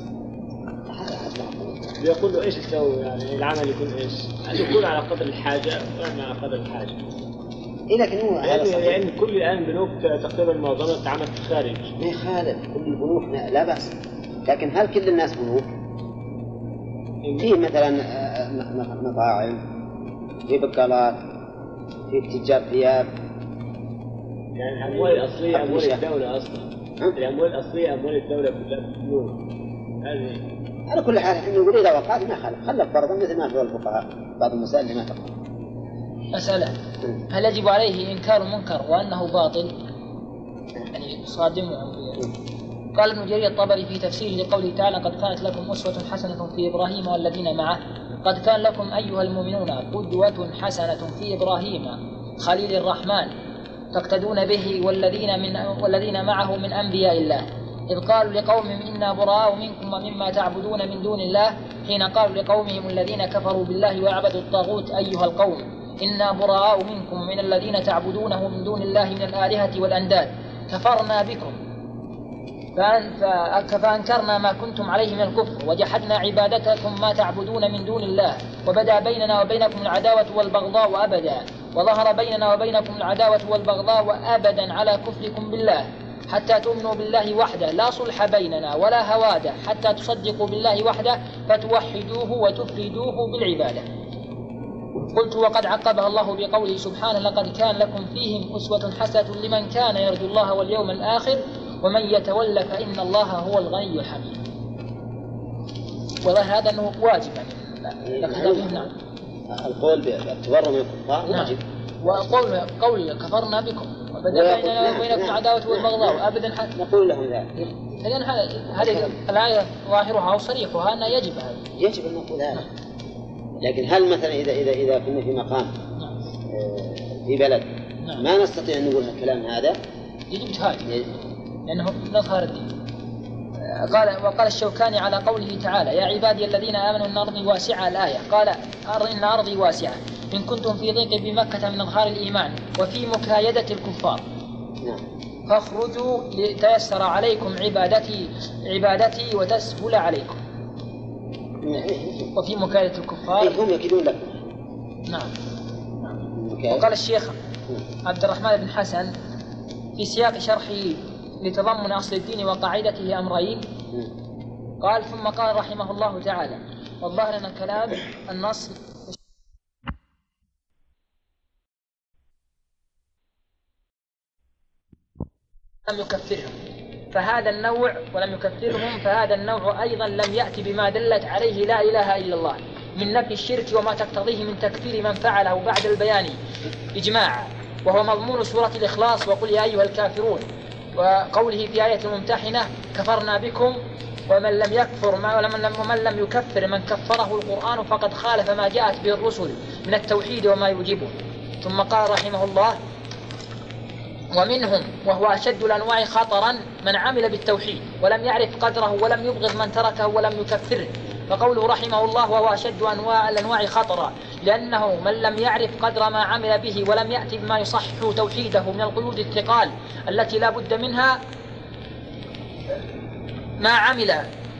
يقول له إيش تسوي يعني العمل يكون إيش؟ يكون على قدر الحاجة ويعمل على قدر الحاجة. لكن هو يعني كل الآن بنوك تقريبا معظمها تعمل في الخارج. ما يخالف كل البنوك لا بأس، لكن هل كل الناس بنوك؟ في مثلا مطاعم، في بقالات، في تجار ثياب. يعني الأموال الأصلية أموال الدولة أصلا. الأموال الأصلية أموال الدولة كلها. هذه على كل حال احنا نقول إذا وقعت ما خلف فرضا مثل ما في الفقهاء بعض المسائل اللي ما تقع. مسألة هل يجب عليه إنكار المنكر وأنه باطل؟ يعني صادم. قال ابن جرير الطبري في تفسيره لقوله تعالى قد كانت لكم أسوة حسنة في إبراهيم والذين معه. قد كان لكم أيها المؤمنون قدوة حسنة في إبراهيم خليل الرحمن تقتدون به والذين معه من أنبياء الله، إذ قالوا لقومهم إنا براء منكم ومما تعبدون من دون الله، حين قالوا لقومهم الذين كفروا بالله ويعبدوا الطاغوت أيها القوم إنا براء منكم ومن الذين تعبدونه من دون الله من الآلهة والأنداد كفرنا بكم فأنكرنا ما كنتم عليه من الكفر وجحدنا عبادتكم ما تعبدون من دون الله، وبدا بيننا وبينكم العداوة والبغضاء أبدا، وظهر بيننا وبينكم العداوة والبغضاء أبدا على كفركم بالله حتى تؤمنوا بالله وحده لا صلح بيننا ولا هوادة حتى تصدقوا بالله وحده فتوحدوه وتفردوه بالعبادة. قلت وقد عقبها الله بقوله سبحانه لقد كان لكم فيهم أسوة حسنة لمن كان يرجو الله واليوم الآخر ومن يتولى فإن الله هو الغني الحميد. والله هذا أنه واجب نعم. القول بالتبرؤ من الكفار واجب. وقول كفرنا بكم وبدأ بيننا وبينكم عداوة والبغضاء أبدا نقول لهم ذلك. إذن هذه الآية ظاهرها وصريحها أن يجب هذا. يجب أن نقول هذا. لكن هل مثلا إذا كنا في مقام في بلد ما نستطيع أن نقول الكلام هذا يجب تهاجم لأنه نظهر الدين. وقال الشوكاني على قوله تعالى يا عبادي الذين آمنوا إن أرضي واسعة الآية قال إن أرضي واسعة إن كنتم في ضيق بمكة من إظهار الإيمان وفي مكايدة الكفار فاخرجوا لتيسر عليكم عبادتي وتسهل عليكم. وفي مكايدة الكفار هم يكيدون لكم. نعم. وقال الشيخ عبد الرحمن بن حسن في سياق شرحه لتضمن أصل الدين وقاعدته أمرين قال ثم قال رحمه الله تعالى والظاهر أن كلام النص لم يكفرهم فهذا النوع ولم يكفرهم فهذا النوع أيضا لم يأتي بما دلت عليه لا إله إلا الله من نفي الشرك وما تقتضيه من تكفير من فعله بعد البيان إجماعا وهو مضمون سورة الإخلاص وقل يا أيها الكافرون وقوله في آية الممتحنة كفرنا بكم ومن لم يكفر ومن لم يكفر من كفره القرآن فقد خالف ما جاءت به الرسل من التوحيد وما يوجبه. ثم قال رحمه الله ومنهم وهو أشد الأنواع خطرا من عمل بالتوحيد ولم يعرف قدره ولم يبغض من تركه ولم يكفره فقوله رحمه الله وهو أشد الأنواع خطرا لأنه من لم يعرف قدر ما عمل به ولم يأتي بما يصحح توحيده من القيود الثقال التي لا بد منها ما عمل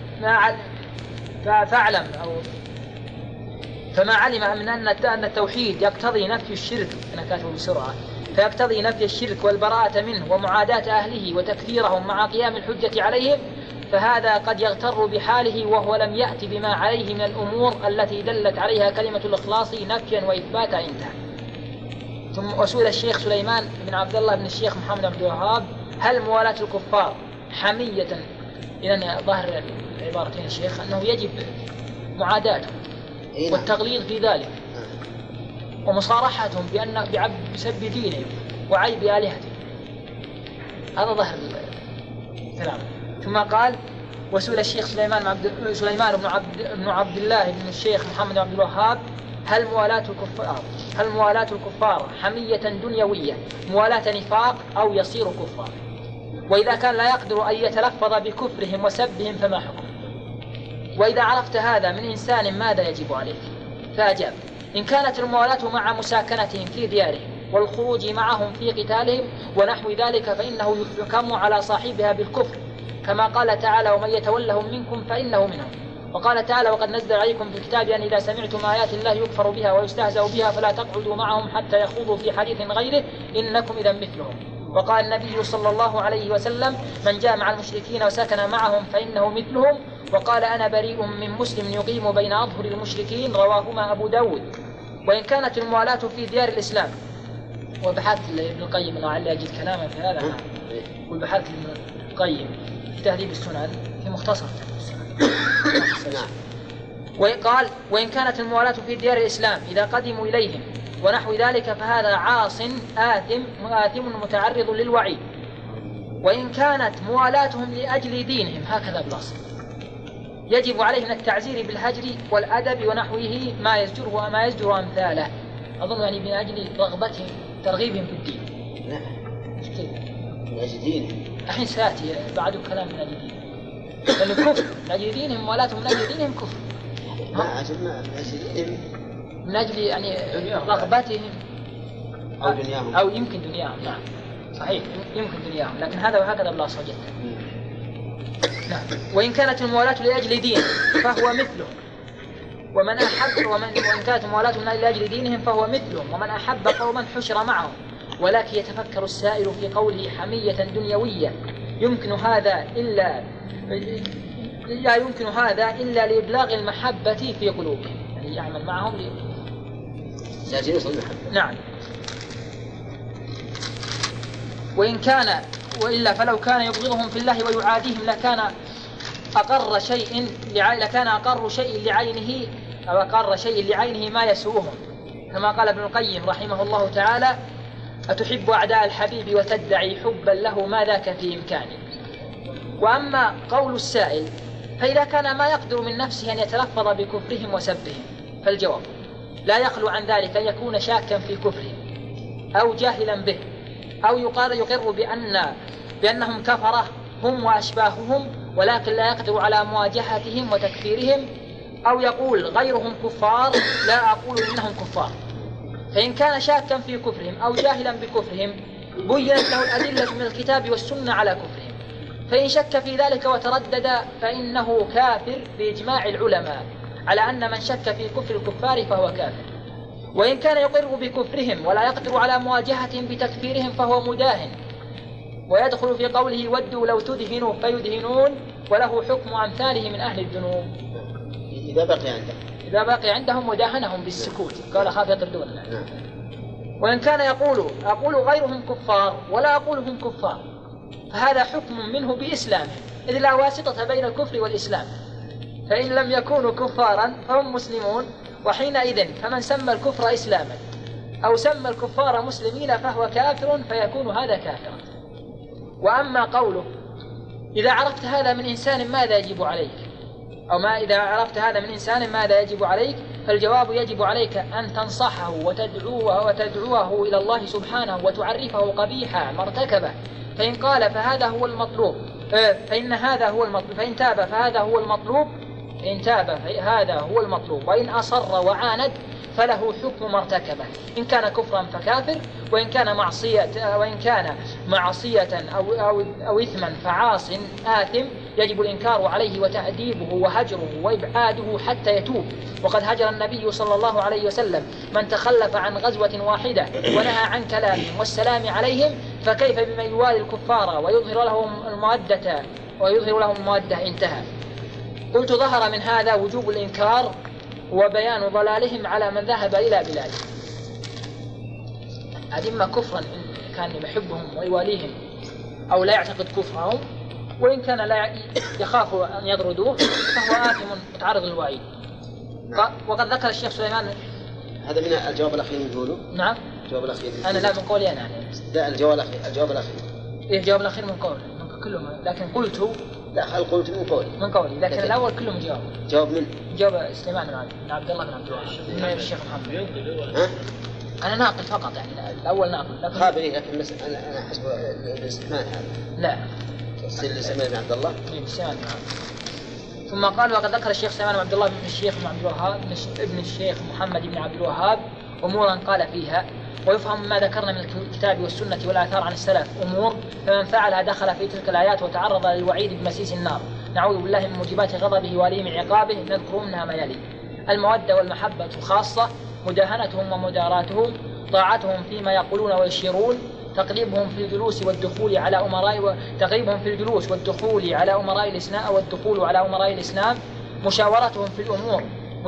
فاعلم أو فما علم من أن التوحيد يقتضي نفي الشرك أنا كاتبه بسرعة فيقتضي نفي الشرك والبراءة منه ومعاداة أهله وتكفيرهم مع قيام الحجة عليهم فهذا قد يغتر بحاله وهو لم يأتي بما عليه من الأمور التي دلت عليها كلمة الإخلاص نفيا وإثباتا انتهى. ثم وسئل الشيخ سليمان بن عبد الله بن الشيخ محمد عبد الوهاب هل موالاة الكفار حمية إذن ظاهر عبارتين الشيخ أنه يجب معاداتهم والتغليظ في ذلك ومصارحتهم بسب دينهم وعيب آلهتهم هذا ظاهر الكلام. ثم قال وسئل الشيخ سليمان بن عبد الله بن الشيخ محمد عبد الوهاب هل موالاة الكفار حمية دنيوية موالاة نفاق أو يصير كفار وإذا كان لا يقدر أن يتلفظ بكفرهم وسبهم فما حكم وإذا عرفت هذا من إنسان ماذا يجب عليك فأجاب إن كانت الموالاة مع مساكنتهم في ديارهم والخروج معهم في قتالهم ونحو ذلك فإنه يحكم على صاحبها بالكفر كما قال تعالى ومن يتولهم منكم فإنه منهم وقال تعالى وقد نزل عليكم في الكتاب أن إذا سمعتم آيات الله يكفر بها ويستهزأ بها فلا تقعدوا معهم حتى يخوضوا في حديث غيره إنكم إذا مثلهم وقال النبي صلى الله عليه وسلم من جاء مع المشركين وسكن معهم فإنه مثلهم وقال أنا بريء من مسلم يقيم بين أظهر المشركين رواهما أبو داود. وإن كانت الموالاة في ديار الإسلام وبحث ابن القيم لعلي أجد كلاما في هذا والبحث ابن القيم في تهذيب السنن في مختصر وقال وإن كانت الموالاة في ديار الإسلام إذا قدموا إليهم ونحو ذلك فهذا عاص آثم متعرض للوعيد وإن كانت موالاتهم لأجل دينهم هكذا بالأصل يجب عليه من التعزير بالهجر والأدب ونحوه ما يزجر أمثاله أظن يعني من أجل رغبتهم ترغيبهم في الدين لا من أجل دينهم الحين سيأتي بعد كلام من أجل دينهم لأن الكفر من أجل دينهم موالاتهم من أجل دينهم كفر من أجل دينهم من أجل يعني رغبتهم أو دنياهم أو يمكن دنياهم نعم صحيح يمكن دنياهم لكن هذا وهكذا بلا صجد نعم. وإن كانت الموالاة لأجل دين فهو مثله وإن كانت الموالاة لأجل دينهم فهو مثلهم ومن أحب قوما حشر معهم ولكن يتفكر السائل في قوله حمية دنيوية يمكن هذا إلا لإبلاغ المحبة في قلوبهم، يعني يعمل معهم لازم يوصل المحبة. نعم. وإلا فلو كان يبغضهم في الله ويعاديهم لكان أقر شيء لعينه ما يسوءهم، كما قال ابن القيم رحمه الله تعالى: أتحب أعداء الحبيب وتدعي حبا له ما ذاك في إمكانه. وأما قول السائل فإذا كان ما يقدر من نفسه أن يتلفظ بكفرهم وسبهم فالجواب: لا يخلو عن ذلك أن يكون شاكا في كفرهم أو جاهلا به، أو يقر بأنهم كفرة هم وأشباههم ولكن لا يقدر على مواجهتهم وتكفيرهم، أو يقول غيرهم كفار لا أقول إنهم كفار. فإن كان شاكا في كفرهم أو جاهلا بكفرهم بينت له الأدلة من الكتاب والسنة على كفرهم، فإن شك في ذلك وتردد فإنه كافر بإجماع العلماء على أن من شك في كفر الكفار فهو كافر. وإن كان يقر بكفرهم ولا يقدر على مواجهتهم بتكفيرهم فهو مداهن، ويدخل في قوله: ودوا لو تدهنوا فيدهنون وله حكم أمثاله من أهل الذنوب. إذا بقي عندهم وداهنهم بالسكوت، قال خاف يطردوننا. وإن كان أقول غيرهم كفار ولا أقول هم كفار، فهذا حكم منه بإسلامهم، إذ لا واسطة بين الكفر والإسلام، فإن لم يكونوا كفارا فهم مسلمون، وحينئذ فمن سمى الكفر إسلاما أو سمى الكفار مسلمين فهو كافر، فيكون هذا كافرا. وأما قوله: إذا عرفت هذا من إنسان ماذا يجب عليك، أو إذا عرفت هذا من إنسان ماذا يجب عليك، فالجواب: يجب عليك أن تنصحه وتدعوه إلى الله سبحانه وتعرفه قبيح ما ارتكبه، فإن قال فهذا هو المطلوب، فإن تاب فهذا هو المطلوب، وإن أصر وعاند فله حكم ما ارتكبه، إن كان كفرا فكافر، وإن كان معصية أو إثما فعاص آثم، يجب الإنكار عليه وتأديبه وهجره وإبعاده حتى يتوب. وقد هجر النبي صلى الله عليه وسلم من تخلف عن غزوة واحدة ونهى عن كلامهم والسلام عليهم، فكيف بمن يوالي الكفار ويظهر لهم المودة. انتهى. قلت: ظهر من هذا وجوب الإنكار وبيان ضلالهم على من ذهب إلى بلاده. أدم كفرا إن كان يحبهم ويواليهم أو لا يعتقد كفرهم، وإن كان لا يخاف أن يطردوه فهو آثم متعرض للوعيد. وقد ذكر الشيخ سليمان هذا من الجواب الأخير من قوله. نعم. الجواب الأخير. أنا لا من قولي أنا. لا الجواب الأخير. إيه الجواب الأخير من قولي كلهم، لكن قلت. لا قلت من قولي. لكن الأول كله من جواب من؟ جواب سليمان بن عبد الله بن عبد الوهاب من الشيخ محمد. أنا ناقل فقط، يعني الأول ناقل. خابري لكن بس أنا حسب الاستثناء هذا. لا. سليمان بن عبد الله. سليمان. ثم قال: وقد ذكر الشيخ سليمان بن عبد الله بن الشيخ بن عبد الوهاب ابن الشيخ محمد بن عبد الوهاب أمورا قال فيها، ويفهم ما ذكرنا من الكتاب والسنة والآثار عن السلف أمور، فمن فعلها دخل في تلك الآيات وتعرض للوعيد بمسيس النار. نعوذ بالله من موجبات غضبه وليم عقابه، نذكر منها ما يلي: المودة والمحبة الخاصة، مداهنتهم ومداراتهم، طاعتهم فيما يقولون ويشيرون، تقريبهم في الجلوس والدخول على أمراء الإسلام والدخول على أمراء الإسلام، مشاورتهم في الأمور،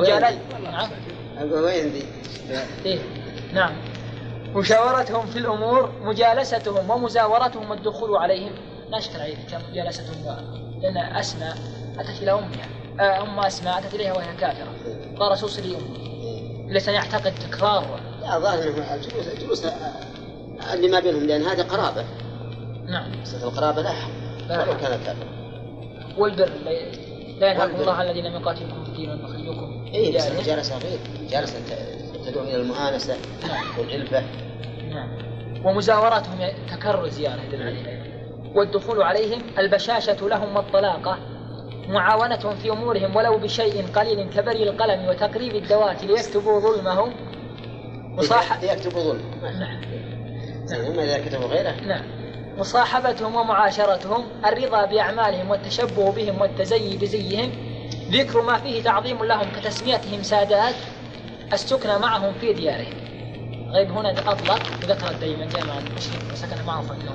مشاورتهم في الأمور، مجالستهم ومزاورتهم والدخول عليهم. لا أشكل عليه مجالستهم، لأن أسماء أتت إلى أمها، أسماء أتت إليها وهي كافرة، قال رسول صلى الله عليه وسلم لسان يعتقد تكرار. لا ظاهر الجلوس اللي ما بينهم، لأن هذا قرابة. نعم. القرابة لا ولو كانت كافرة. والبر لا ينهاكم الله الذين من قاتلكم في الدين ويخرجوكم. إيه بس المجالسة غير، مجالسة تدعو إلى المؤانسة والإلفة. نعم. ومزاورتهم تكرر زيارة عليهم، والدخول عليهم، البشاشة لهم والطلاقة، معاونتهم في أمورهم ولو بشيء قليل كبري القلم وتقريب الدوات ليكتبوا ظلمهم. يكتبوا ظلم. نعم. أما إذا كتبوا غيره. نعم. مصاحبتهم ومعاشرتهم، الرضا بأعمالهم والتشبه بهم والتزيي بزيهم، ذكر ما فيه تعظيم لهم كتسميتهم سادات، السكن معهم في ديارهم. غيب هنا أطلق وذكر دائما جمعا المشرك وسكن معهم فإنهم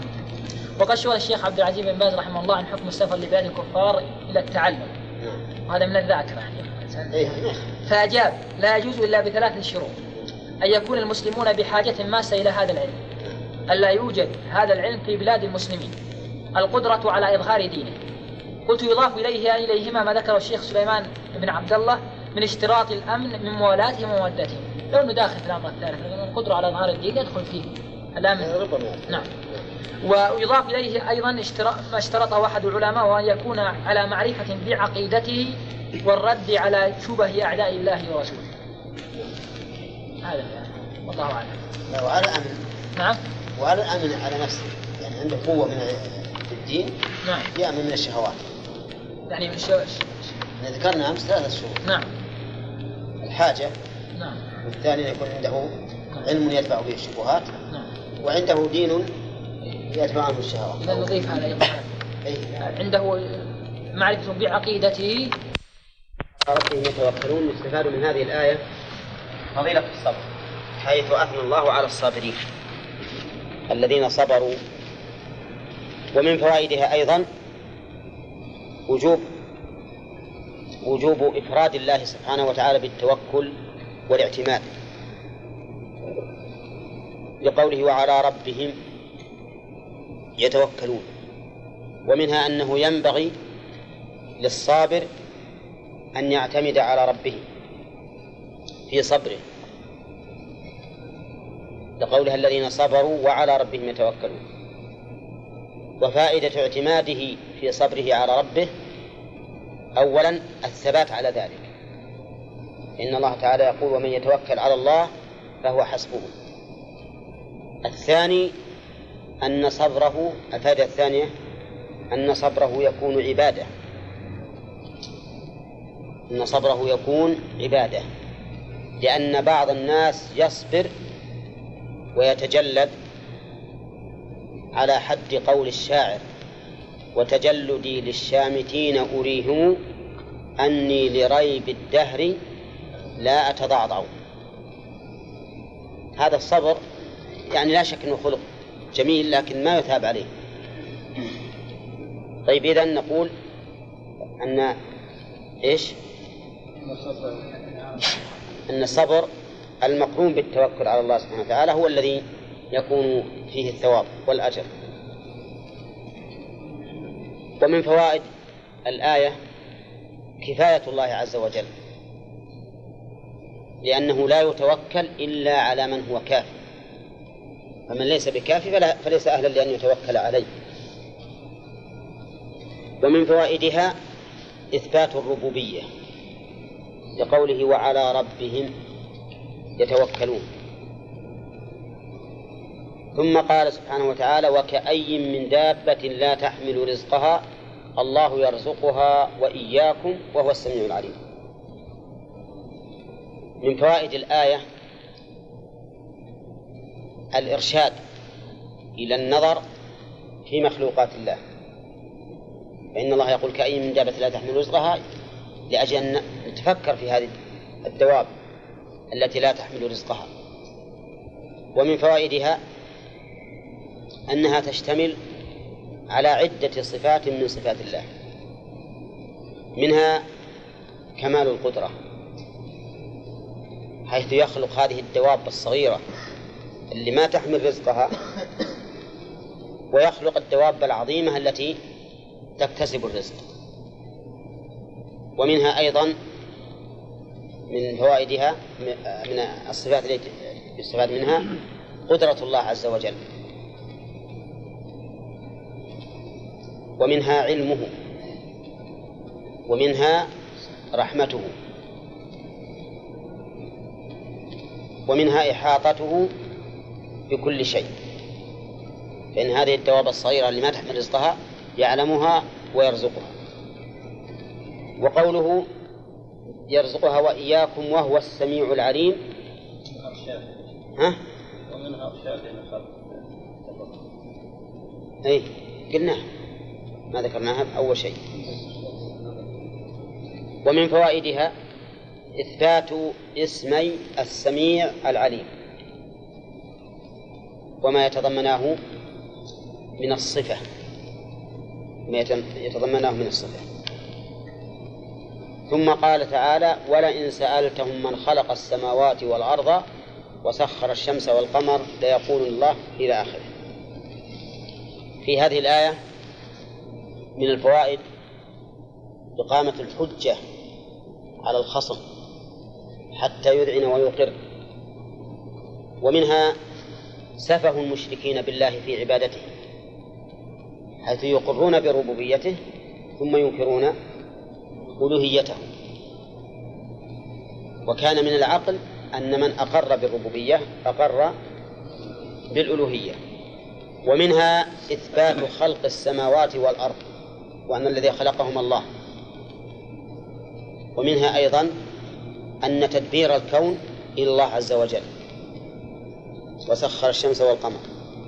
وقد شغل الشيخ عبد العزيز بن باز رحمه الله عن حكم السفر لبلاد الكفار إلى التعلم، وهذا من الذاكرة يعني. فأجاب: لا يجوز إلا بثلاث شروط: أن يكون المسلمون بحاجة ماسة إلى هذا العلم، ألا يوجد هذا العلم في بلاد المسلمين، القدرة على إظهار دينه. قلت: يضاف إليهما ما ذكره الشيخ سليمان بن عبد الله من اشتراط الأمن من موالاتهم ومودتهم. لو أنه داخل في الأمر الثالث، القدرة على إظهار الدين يدخل فيه الأمن. نعم. ويضاف إليه أيضا ما اشترطه أحد العلماء، وأن يكون على معرفة بعقيدته والرد على شبه أعداء الله ورسوله. هذا يعني والله أعلم. وعلى الأمن. نعم. وعلى الأمن على نفسه، يعني عنده قوة من الدين. نعم. يأمن من الشهوات. يعني من الشهوات. ذكرنا أمس 3 شروط. نعم. الحاجة. نعم. والثاني يكون عنده علم يدفع به الشبهات. نعم. وعنده دين يدفع عنه الشهوات. إذا نضيف هذا أيضا. عنده معرفة بعقيدته. ربهم يتوكلون. يستفاد من هذه الآية فضيلة الصبر، حيث أثنى الله على الصابرين الذين صبروا. ومن فوائدها أيضا وجوب إفراد الله سبحانه وتعالى بالتوكل والاعتماد، لقوله: وعلى ربهم يتوكلون. ومنها أنه ينبغي للصابر أن يعتمد على ربه في صبره، لقولها: الذين صبروا وعلى ربهم يتوكلون. وفائدة اعتماده في صبره على ربه: أولا الثبات على ذلك، إن الله تعالى يقول: ومن يتوكل على الله فهو حسبه. الثاني أن صبره، الفائدة الثانية أن صبره يكون عبادة، أن صبره يكون عبادة، لأن بعض الناس يصبر ويتجلد على حد قول الشاعر: وتجلدي للشامتين أريهم أني لريب الدهر لا أتضعضع. هذا الصبر يعني لا شك أنه خلق جميل، لكن ما يثاب عليه. طيب، إذن نقول أن إيش؟ أن الصبر المقرون بالتوكل على الله سبحانه وتعالى هو الذي يكون فيه الثواب والأجر. ومن فوائد الآية كفاية الله عز وجل، لأنه لا يتوكل إلا على من هو كافي، فمن ليس بكافي فليس أهلا لأن يتوكل عليه. ومن فوائدها إثبات الربوبية، لقوله: وعلى ربهم يتوكلون. ثم قال سبحانه وتعالى: وكأي من دابة لا تحمل رزقها الله يرزقها وإياكم وهو السميع العليم. من فوائد الآية الإرشاد إلى النظر في مخلوقات الله، فإن الله يقول: كأي من دابة لا تحمل رزقها، لأجل أن نتفكر في هذه الدواب التي لا تحمل رزقها. ومن فوائدها أنها تشتمل على عدة صفات من صفات الله، منها كمال القدرة، حيث يخلق هذه الدواب الصغيرة اللي ما تحمل رزقها، ويخلق الدواب العظيمة التي تكتسب الرزق. ومنها أيضا من فوائدها من الصفات التي يستفاد منها قدرة الله عز وجل، ومنها علمه، ومنها رحمته، ومنها إحاطته بكل شيء، فإن هذه الدواب الصغيرة اللي ما تحمل رزقها يعلمها ويرزقها. وقوله يرزقها وإياكم وهو السميع العليم. ها؟ ومنها أرشاد إلى خلق. أي قلناها، ما ذكرناها أول شيء. ومن فوائدها إثبات اسمي السميع العليم وما يتضمناه من الصفة، ما يتضمنه من الصفة. ثم قال تعالى: ولئن سألتهم من خلق السماوات والأرض وسخر الشمس والقمر ليقولن الله، إلى آخره. في هذه الآية من الفوائد إقامة الحجة على الخصم حتى يذعن ويقر، ومنها سفه المشركين بالله في عبادته، حيث يقرون بربوبيته ثم ينكرون ألوهيته. وكان من العقل أن من أقر بالربوبية أقر بالألوهية. ومنها إثبات خلق السماوات والأرض وأن الذي خلقهم الله. ومنها أيضا أن تدبير الكون إلى الله عز وجل، وسخر الشمس والقمر.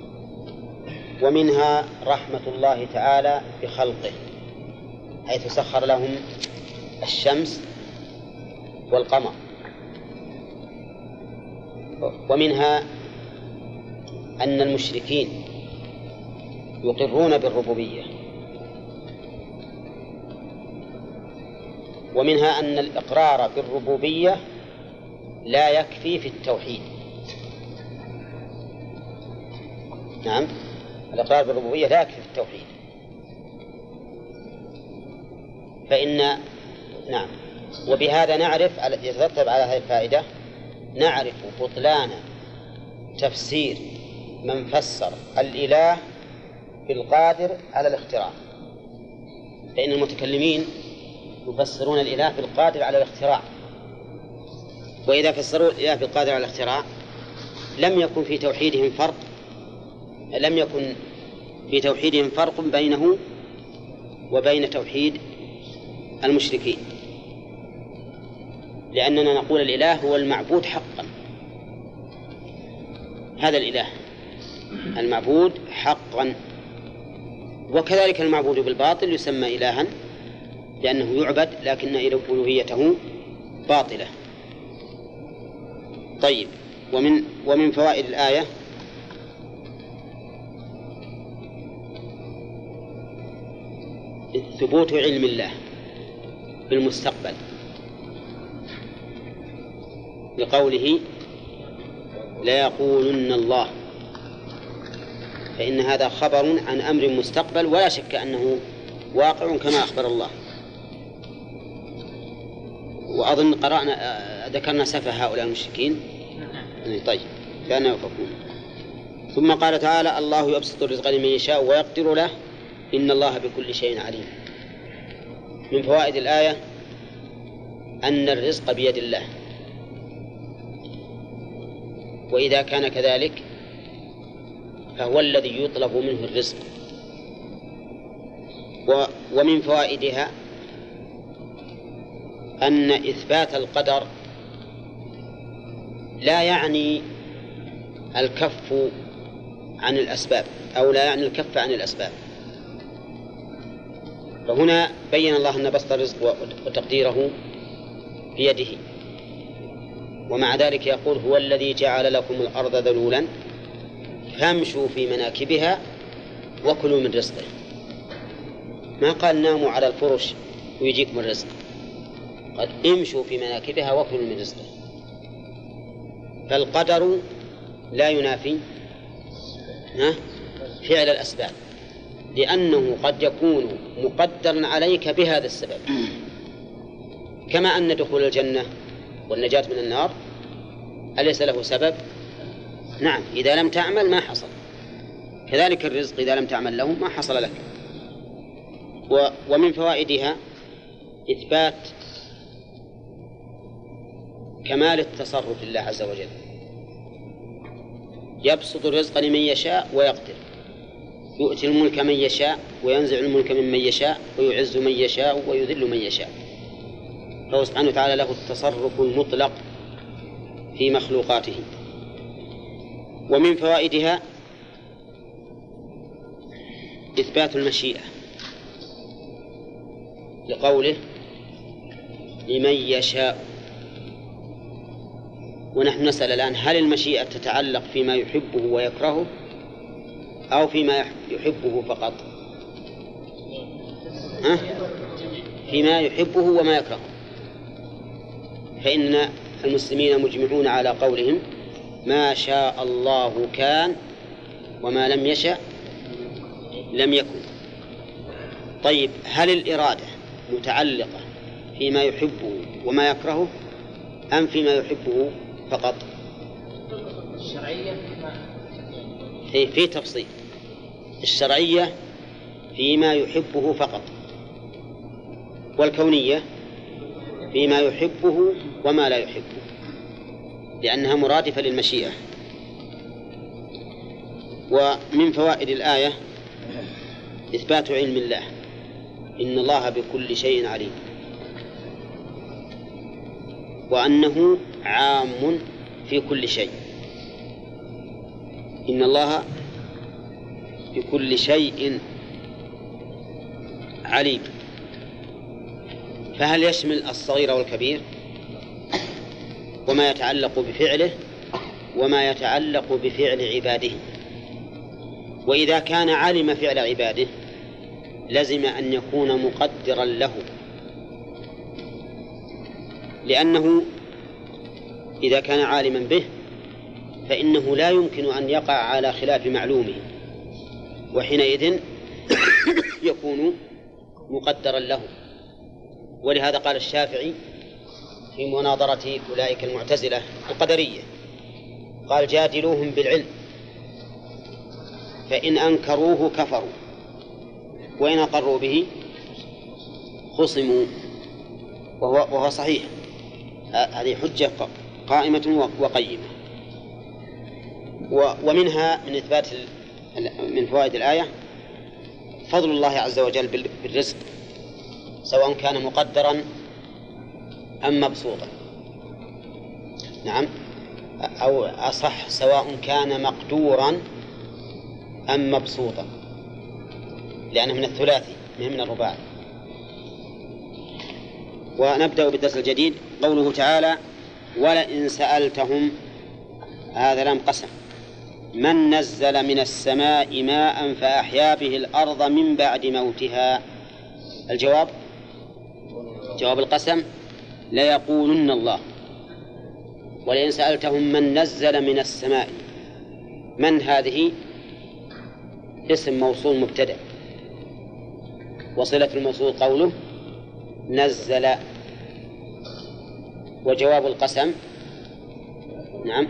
ومنها رحمة الله تعالى بخلقه، حيث سخر لهم الشمس والقمر. ومنها أن المشركين يقرون بالربوبية. ومنها أن الإقرار بالربوبية لا يكفي في التوحيد. نعم، الإقرار بالربوبية لا يكفي في التوحيد، نعم. وبهذا نعرف، يترتب على هذه الفائدة، نعرف بطلان تفسير من فسر الإله بالقادر على الاختراع. فإن المتكلمين يفسرون الإله بالقادر على الاختراع، وإذا فسروا الإله بالقادر على الاختراع لم يكن في توحيدهم فرق بينه وبين توحيد المشركين، لأننا نقول الإله هو المعبود حقا. هذا الإله المعبود حقا، وكذلك المعبود بالباطل يسمى إلها لأنه يعبد لكن ألوهيته باطلة. طيب، ومن فوائد الآية ثبوت علم الله بالمستقبل، بقوله ليقولن الله، فإن هذا خبر عن أمر مستقبل ولا شك أنه واقع كما أخبر الله. وأظن ذكرنا سفه هؤلاء المشركين. طيب، كانوا يؤفكون. ثم قال تعالى: الله يبسط الرزق لمن يشاء ويقدر له إن الله بكل شيء عليم. من فوائد الآية أن الرزق بيد الله، وإذا كان كذلك فهو الذي يطلب منه الرزق. ومن فوائدها أن إثبات القدر لا يعني الكف عن الأسباب، أو لا يعني الكف عن الأسباب. فهنا بين الله أن بسط الرزق وتقديره بيده، ومع ذلك يقول: هو الذي جعل لكم الأرض ذلولا فامشوا في مناكبها وكلوا من رزقه. ما قال ناموا على الفرش ويجيكم الرزق، قد امشوا في مناكبها وكلوا من رزقه. فالقدر لا ينافي فعل الأسباب، لأنه قد يكون مقدرا عليك بهذا السبب، كما أن دخول الجنة والنجاة من النار أليس له سبب؟ نعم، إذا لم تعمل ما حصل. كذلك الرزق إذا لم تعمل له ما حصل لك. ومن فوائدها إثبات كمال التصرف لله عز وجل، يبسط الرزق لمن يشاء ويقدر، يؤتي الملك من يشاء وينزع الملك ممن يشاء ويعز من يشاء ويذل من يشاء. فهو سبحانه وتعالى له التصرف المطلق في مخلوقاته. ومن فوائدها إثبات المشيئة، لقوله لمن يشاء. ونحن نسأل الآن: هل المشيئة تتعلق فيما يحبه ويكرهه، أو فيما يحبه فقط؟ فيما يحبه وما يكرهه، فإن المسلمين مجمعون على قولهم ما شاء الله كان وما لم يشأ لم يكن. طيب، هل الإرادة متعلقة فيما يحبه وما يكرهه أم فيما يحبه فقط؟ الشرعية في تفصيل. الشرعية فيما يحبه فقط، والكونية فيما يحبه وما لا يحبه، لأنها مرادفة للمشيئة. ومن فوائد الآية إثبات علم الله، إن الله بكل شيء عليم، وأنه عام في كل شيء. إن الله بكل شيء عليم، فهل يشمل الصغير والكبير وما يتعلق بفعله وما يتعلق بفعل عباده؟ وإذا كان علم فعل عباده لزم أن يكون مقدرا له، لأنه إذا كان عالما به فإنه لا يمكن أن يقع على خلاف معلومه، وحينئذ يكون مقدرا له. ولهذا قال الشافعي في مناظرة أولئك المعتزلة القدرية، قال جادلوهم بالعلم فإن أنكروه كفروا وإن أقروا به خصموا. وهو صحيح، هذه حجة قائمة وقيمة. ومنها من إثبات من فوائد الآية فضل الله عز وجل بالرزق، سواء كان مقدرا أم مبسوطا. نعم، أو أصح سواء كان مقدورا أم مبسوطا، لأنه من الثلاثي من الرباعي. ونبدأ بالدرس الجديد. قوله تعالى ولئن سألتهم، هذا لام قسم، من نزل من السماء ماء فأحيا به الأرض من بعد موتها. الجواب جواب القسم ليقولن الله. ولئن سألتهم من نزل من السماء، من هذه اسم موصول مبتدأ، وصلة الموصول قوله نزل. وجواب القسم نعم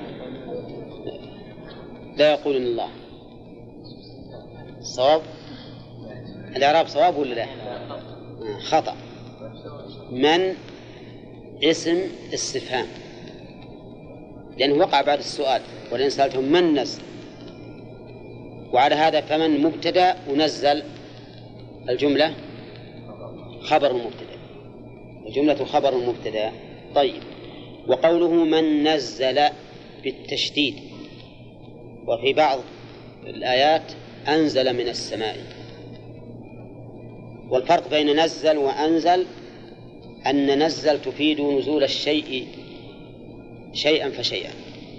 لا يقولن الله. صواب الإعراب صواب ولا لا؟ خطأ. من اسم استفهام، لأنه وقع بعد السؤال ولئن سألتهم من نزل، وعلى هذا فمن مبتدأ ونزل الجملة خبر المبتدأ، الجملة خبر المبتدأ. طيب، وقوله من نزل بالتشديد، وفي بعض الآيات أنزل من السماء. والفرق بين نزل وأنزل أن نزل تفيد نزول الشيء شيئا فشيئا،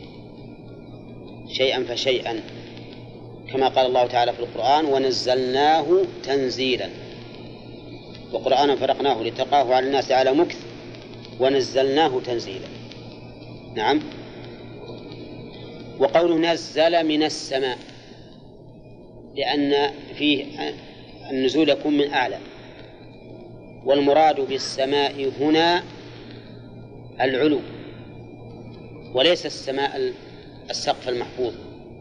شيئا فشيئا، كما قال الله تعالى في القرآن ونزلناه تنزيلا، وقرآنا فرقناه لتقاه على الناس على مكث ونزلناه تنزيلا. نعم. وقوله نزل من السماء لأن فيه النزول يكون من أعلى، والمراد بالسماء هنا العلو وليس السماء السقف المحفوظ،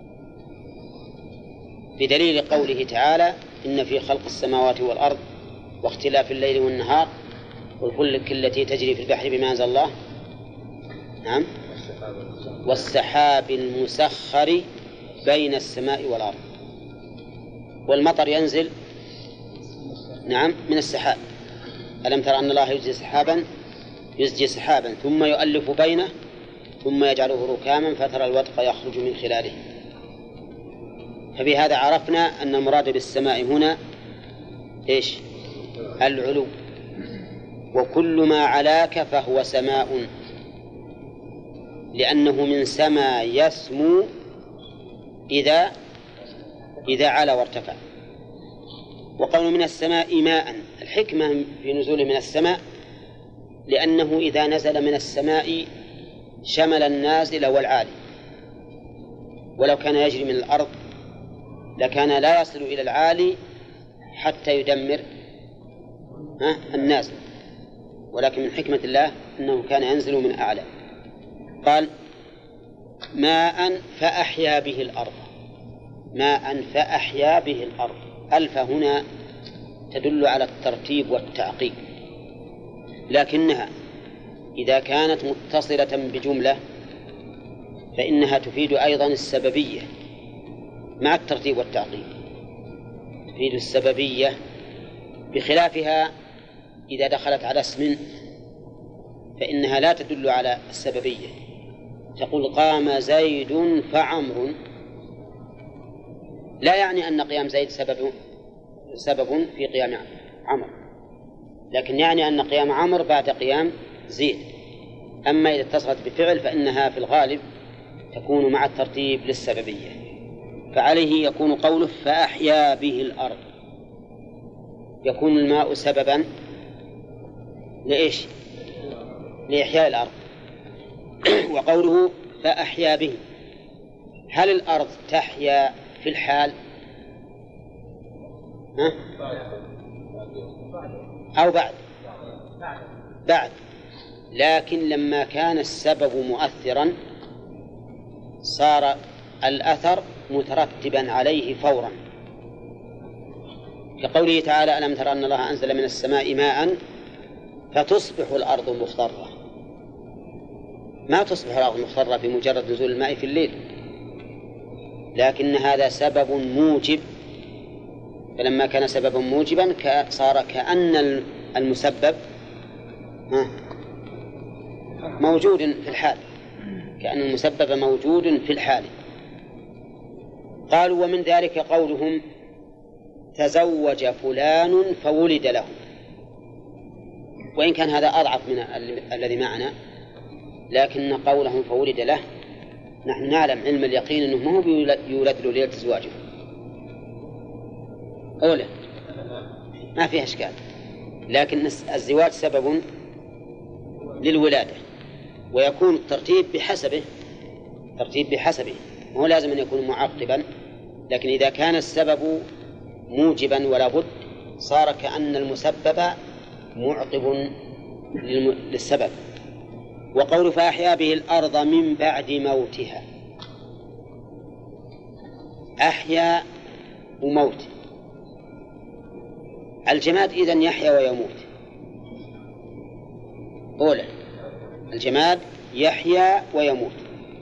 بدليل قوله تعالى إن في خلق السماوات والأرض واختلاف الليل والنهار والفلك التي تجري في البحر بما أنزل الله. نعم. والسحاب المسخر بين السماء والأرض. والمطر ينزل نعم من السحاب. ألم تر أن الله يزجي سحابا ثم يؤلف بينه ثم يجعله ركاما فترى الودق يخرج من خلاله. فبهذا عرفنا أن المراد بالسماء هنا إيش؟ العلو. وكل ما علاك فهو سماء، لأنه من سما يسمو إذا إذا علا وارتفع. وقول من السماء ماء، الحكمة في نزوله من السماء لأنه إذا نزل من السماء شمل النازل والعالي، ولو كان يجري من الأرض لكان لا يصل إلى العالي حتى يدمر النازل، ولكن من حكمة الله أنه كان ينزل من أعلى. قال ماء فأحيا به الأرض، ماء فأحيا به الأرض. ألف هنا تدل على الترتيب والتعقيب، لكنها إذا كانت متصلة بجملة فإنها تفيد أيضا السببية مع الترتيب والتعقيب، تفيد السببية، بخلافها إذا دخلت على اسم فإنها لا تدل على السببية. تقول قام زيد فعمر، لا يعني أن قيام زيد سبب في قيام عمرو، لكن يعني أن قيام عمرو بعد قيام زيد. أما إذا اتصلت بفعل فإنها في الغالب تكون مع الترتيب للسببية. فعليه يكون قوله فأحيا به الأرض، يكون الماء سببا لإيش؟ لإحياء الأرض. وقوله فأحيا به، هل الأرض تحيا في الحال أو بعد؟ لكن لما كان السبب مؤثرا صار الأثر مترتبا عليه فورا، كقوله تعالى ألم تر أن الله أنزل من السماء ماء فتصبح الأرض مخضرة. ما تصبح الأرض مخضرة بمجرد نزول الماء في الليل، لكن هذا سبب موجب، فلما كان سببا موجبا صار كأن المسبب موجود في الحال، كأن المسبب موجود في الحال. قالوا ومن ذلك قولهم تزوج فلان فولد له، وإن كان هذا أضعف من الذي معنا، لكن قولهم فولد له نحن نعلم علم اليقين أنه ما هو يولد له ليلة زواجه، أولا ما فيها إشكال، لكن الزواج سبب للولادة، ويكون الترتيب بحسبه، وهو لازم أن يكون معقبا، لكن إذا كان السبب موجبا ولا بد صار كأن المسبب معقب للسبب. وقول فأحيا به الأرض من بعد موتها، أحيا وموت، الجماد إذن يحيا ويموت. أولا الجماد يحيا ويموت،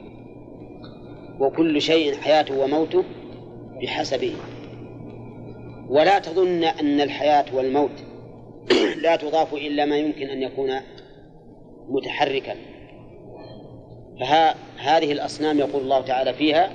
وكل شيء حياته وموته بحسبه، ولا تظن أن الحياة والموت لا تضاف إلا ما يمكن أن يكون متحركا. فهذه الأصنام يقول الله تعالى فيها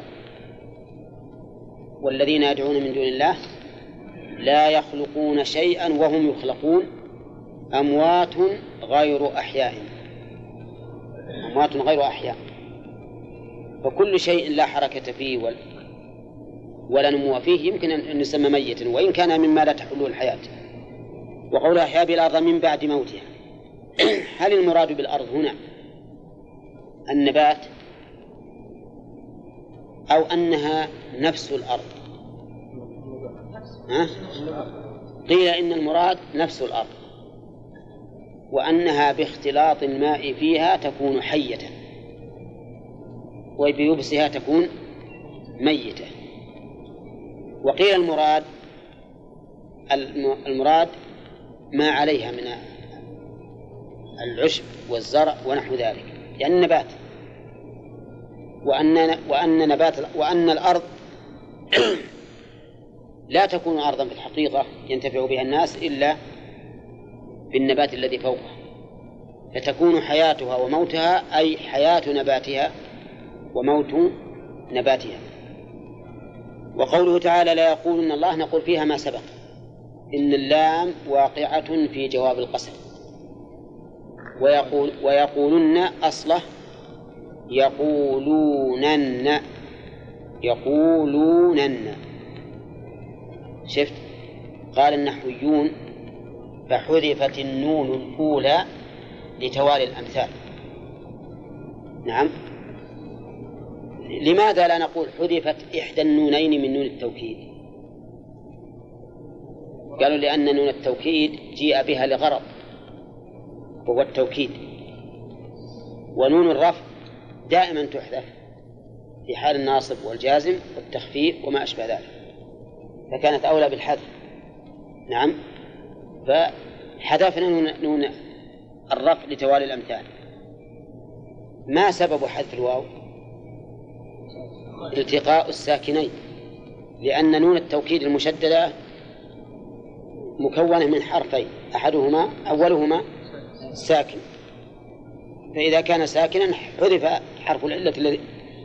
والذين يدعون من دون الله لا يخلقون شيئا وهم يخلقون أموات غير أحياء، أموات غير أحياء. فكل شيء لا حركة فيه ولا نمو فيه يمكن أن يسمى ميتا وإن كان مما لا تحله الحياة. وقول أحيا بالأرض من بعد موتها، هل المراد بالأرض هنا النبات أو أنها نفس الأرض؟ قيل إن المراد نفس الأرض، وأنها باختلاط الماء فيها تكون حية وبيبسها تكون ميتة. وقيل المراد ما عليها من العشب والزرع ونحو ذلك، يعني النبات، وأن الأرض لا تكون أرضا في الحقيقة ينتفع بها الناس إلا بالنبات الذي فوقها، فتكون حياتها وموتها أي حياة نباتها وموت نباتها. وقوله تعالى لا يقولن الله، نقول فيها ما سبق، إن اللام واقعة في جواب القسم. ويقولن أصله يقولونن، شفت؟ قال النحويون فحذفت النون الأولى لتوالي الأمثال. نعم. لماذا لا نقول حذفت إحدى النونين من نون التوكيد؟ قالوا لأن نون التوكيد جيء بها لغرض وهو التوكيد، ونون الرفع دائما تحذف في حال الناصب والجازم والتخفيف وما أشبه ذلك، فكانت أولى بالحذف. نعم. فحذفنا نون الرفع لتوالي الأمثال. ما سبب حذف الواو؟ التقاء الساكنين، لأن نون التوكيد المشددة مكونة من حرفين، أولهما ساكن، فإذا كان ساكنا حذف حرف العلة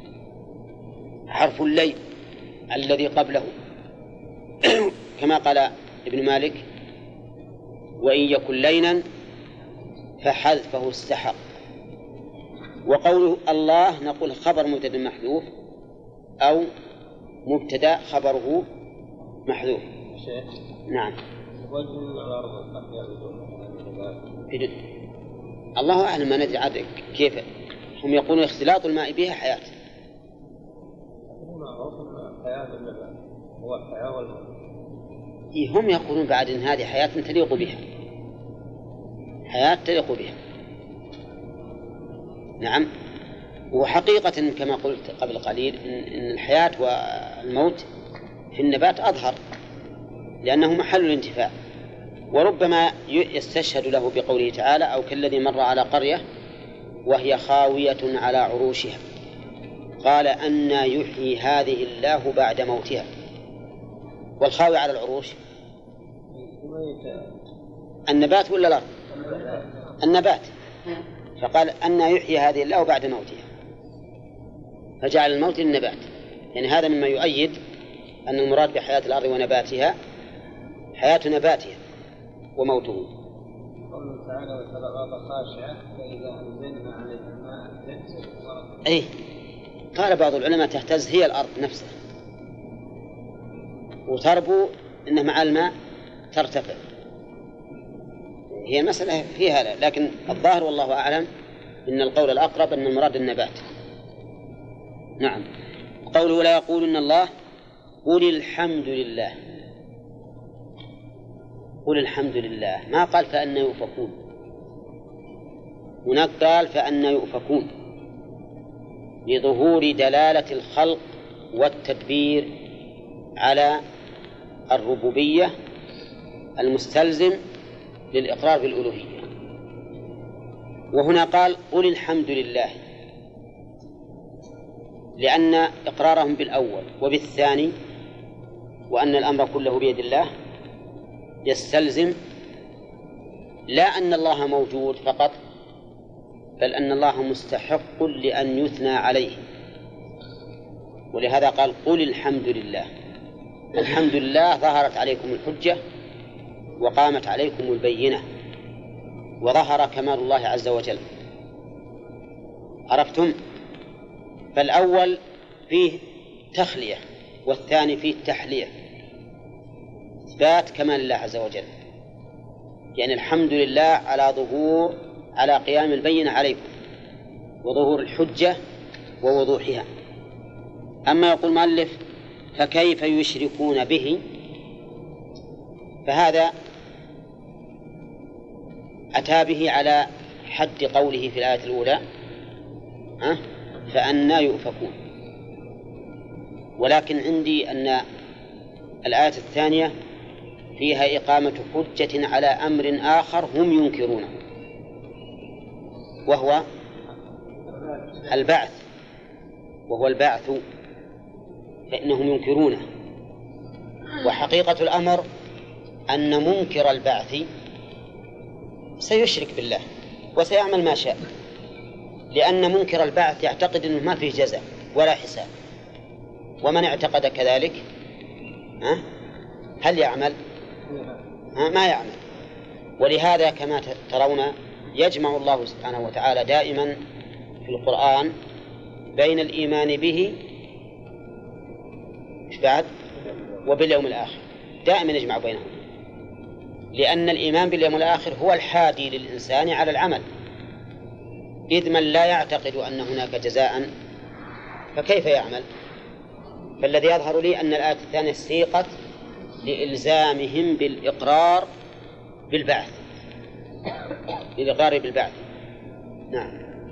حرف اللين الذي قبله كما قال ابن مالك: وإن يكن لينا فحذفه استحق. وقوله الله نقول خبر مبتدأ محذوف أو مبتدأ خبره محذوف. نعم. الله أعلم، ما ندري عاد كيف. هم يقولون اختلاط الماء بها حياة. هو الحياة والموت. هم يقولون بعد إن هذه حياة تليق بها، حياة تليق بها. نعم. وحقيقة كما قلت قبل قليل إن الحياة والموت في النبات أظهر، لأنه محل الانتفاع، وربما يستشهد له بقوله تعالى: أو كالذي مر على قرية وهي خاوية على عروشها قال أنى يحيي هذه الله بعد موتها. والخاوي على العروش النبات ولا لا؟ النبات. فقال أنى يحيي هذه الله بعد موتها، فجعل الموت للنبات. يعني هذا مما يؤيد أن المراد بحياة الأرض ونباتها حياة نباتها وموته. قوله تعالى: وترى الأرض خاشعة فإذا أنزلنا عليها الماء تهتز. أي قال بعض العلماء تهتز هي الأرض نفسها، وتربو إنها مع الماء ترتفع. هي مسألة فيها هذا، لكن الظاهر والله أعلم إن القول الأقرب أن المراد النبات. نعم. قوله: لا يقولن الله قل الحمد لله. قل الحمد لله، ما قال فأنا يؤفكون، هناك قال فأنا يؤفكون لظهور دلالة الخلق والتدبير على الربوبية المستلزم للإقرار بالألوهية. وهنا قال قل الحمد لله، لأن إقرارهم بالأول وبالثاني وأن الأمر كله بيد الله يستلزم لا أن الله موجود فقط، بل أن الله مستحق لأن يثنى عليه. ولهذا قال قل الحمد لله. الحمد لله ظهرت عليكم الحجة وقامت عليكم البينة وظهر كمال الله عز وجل. عرفتم؟ فالأول فيه تخلية والثاني فيه تحلية، إثبات كمال الله عز وجل. يعني الحمد لله على قيام البينة عليكم وظهور الحجة ووضوحها. أما يقول مؤلف فكيف يشركون به، فهذا أتى به على حد قوله في الآية الأولى فأنى يؤفكون. ولكن عندي أن الآية الثانية فيها إقامة حجة على أمر آخر هم ينكرونه، وهو البعث، فإنهم ينكرونه. وحقيقة الأمر أن منكر البعث سيشرك بالله وسيعمل ما شاء، لأن منكر البعث يعتقد أنه ما فيه جزاء ولا حساب، ومن اعتقد كذلك هل يعمل؟ ما يعمل. ولهذا كما ترون يجمع الله سبحانه وتعالى دائما في القرآن بين الإيمان به وباليوم الآخر دائما يجمع بينهم، لأن الإيمان باليوم الآخر هو الحادي للإنسان على العمل، إذ من لا يعتقد أن هناك جزاء فكيف يعمل؟ فالذي يظهر لي أن الآية الثانية سيقت لإلزامهم بالإقرار بالبعث، بالإقرار بالبعث. نعم.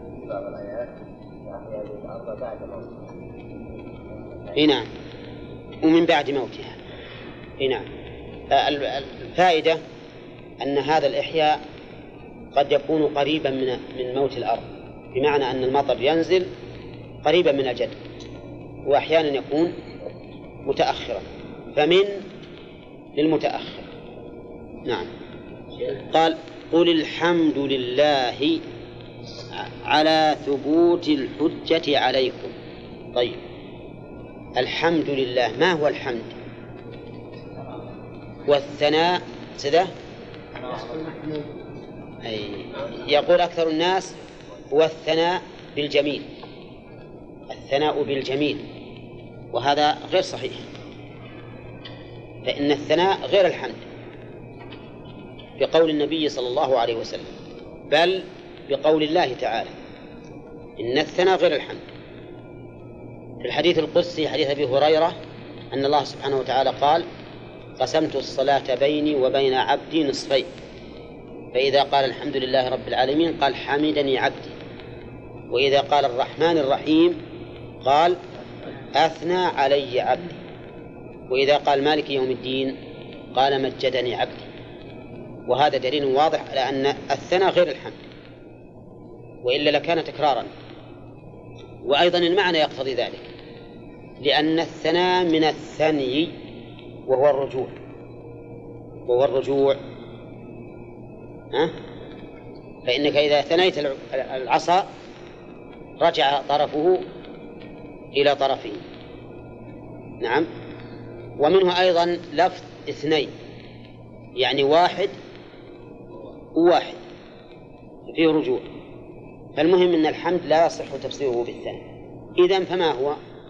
نعم، ومن بعد موتها. نعم. الفائدة أن هذا الإحياء قد يكون قريبا من موت الأرض، بمعنى أن المطر ينزل قريبا من الجد، وأحيانا يكون متأخرا، فمن للمتأخر. نعم. قال قل الحمد لله على ثبوت الحجة عليكم. طيب، الحمد لله، ما هو الحمد؟ والثناء سده يقول أكثر الناس هو الثناء بالجميل، الثناء بالجميل، وهذا غير صحيح، فإن الثناء غير الحمد بقول النبي صلى الله عليه وسلم، بل بقول الله تعالى، إن الثناء غير الحمد. في الحديث القدسي حديث أبي هريرة أن الله سبحانه وتعالى قال: قسمت الصلاة بيني وبين عبدي نصفين، فإذا قال الحمد لله رب العالمين قال حمدني عبدي، وإذا قال الرحمن الرحيم قال أثنى علي عبدي، وإذا قال مالك يوم الدين قال مجدني عبدي. وهذا دليل واضح على أن الثناء غير الحمد، وإلا لكان تكرارا. وأيضا المعنى يقتضي ذلك، لأن الثناء من الثني وهو الرجوع، فإنك إذا ثنيت العصا رجع طرفه إلى طرفه. نعم. ومنه أيضا لفظ اثنين، يعني واحد وواحد فيه رجوع. فالمهم أن الحمد لا يصح تفسيره بالثاني. إذن فما هو؟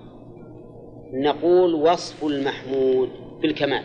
نقول وصف المحمود بالكمال،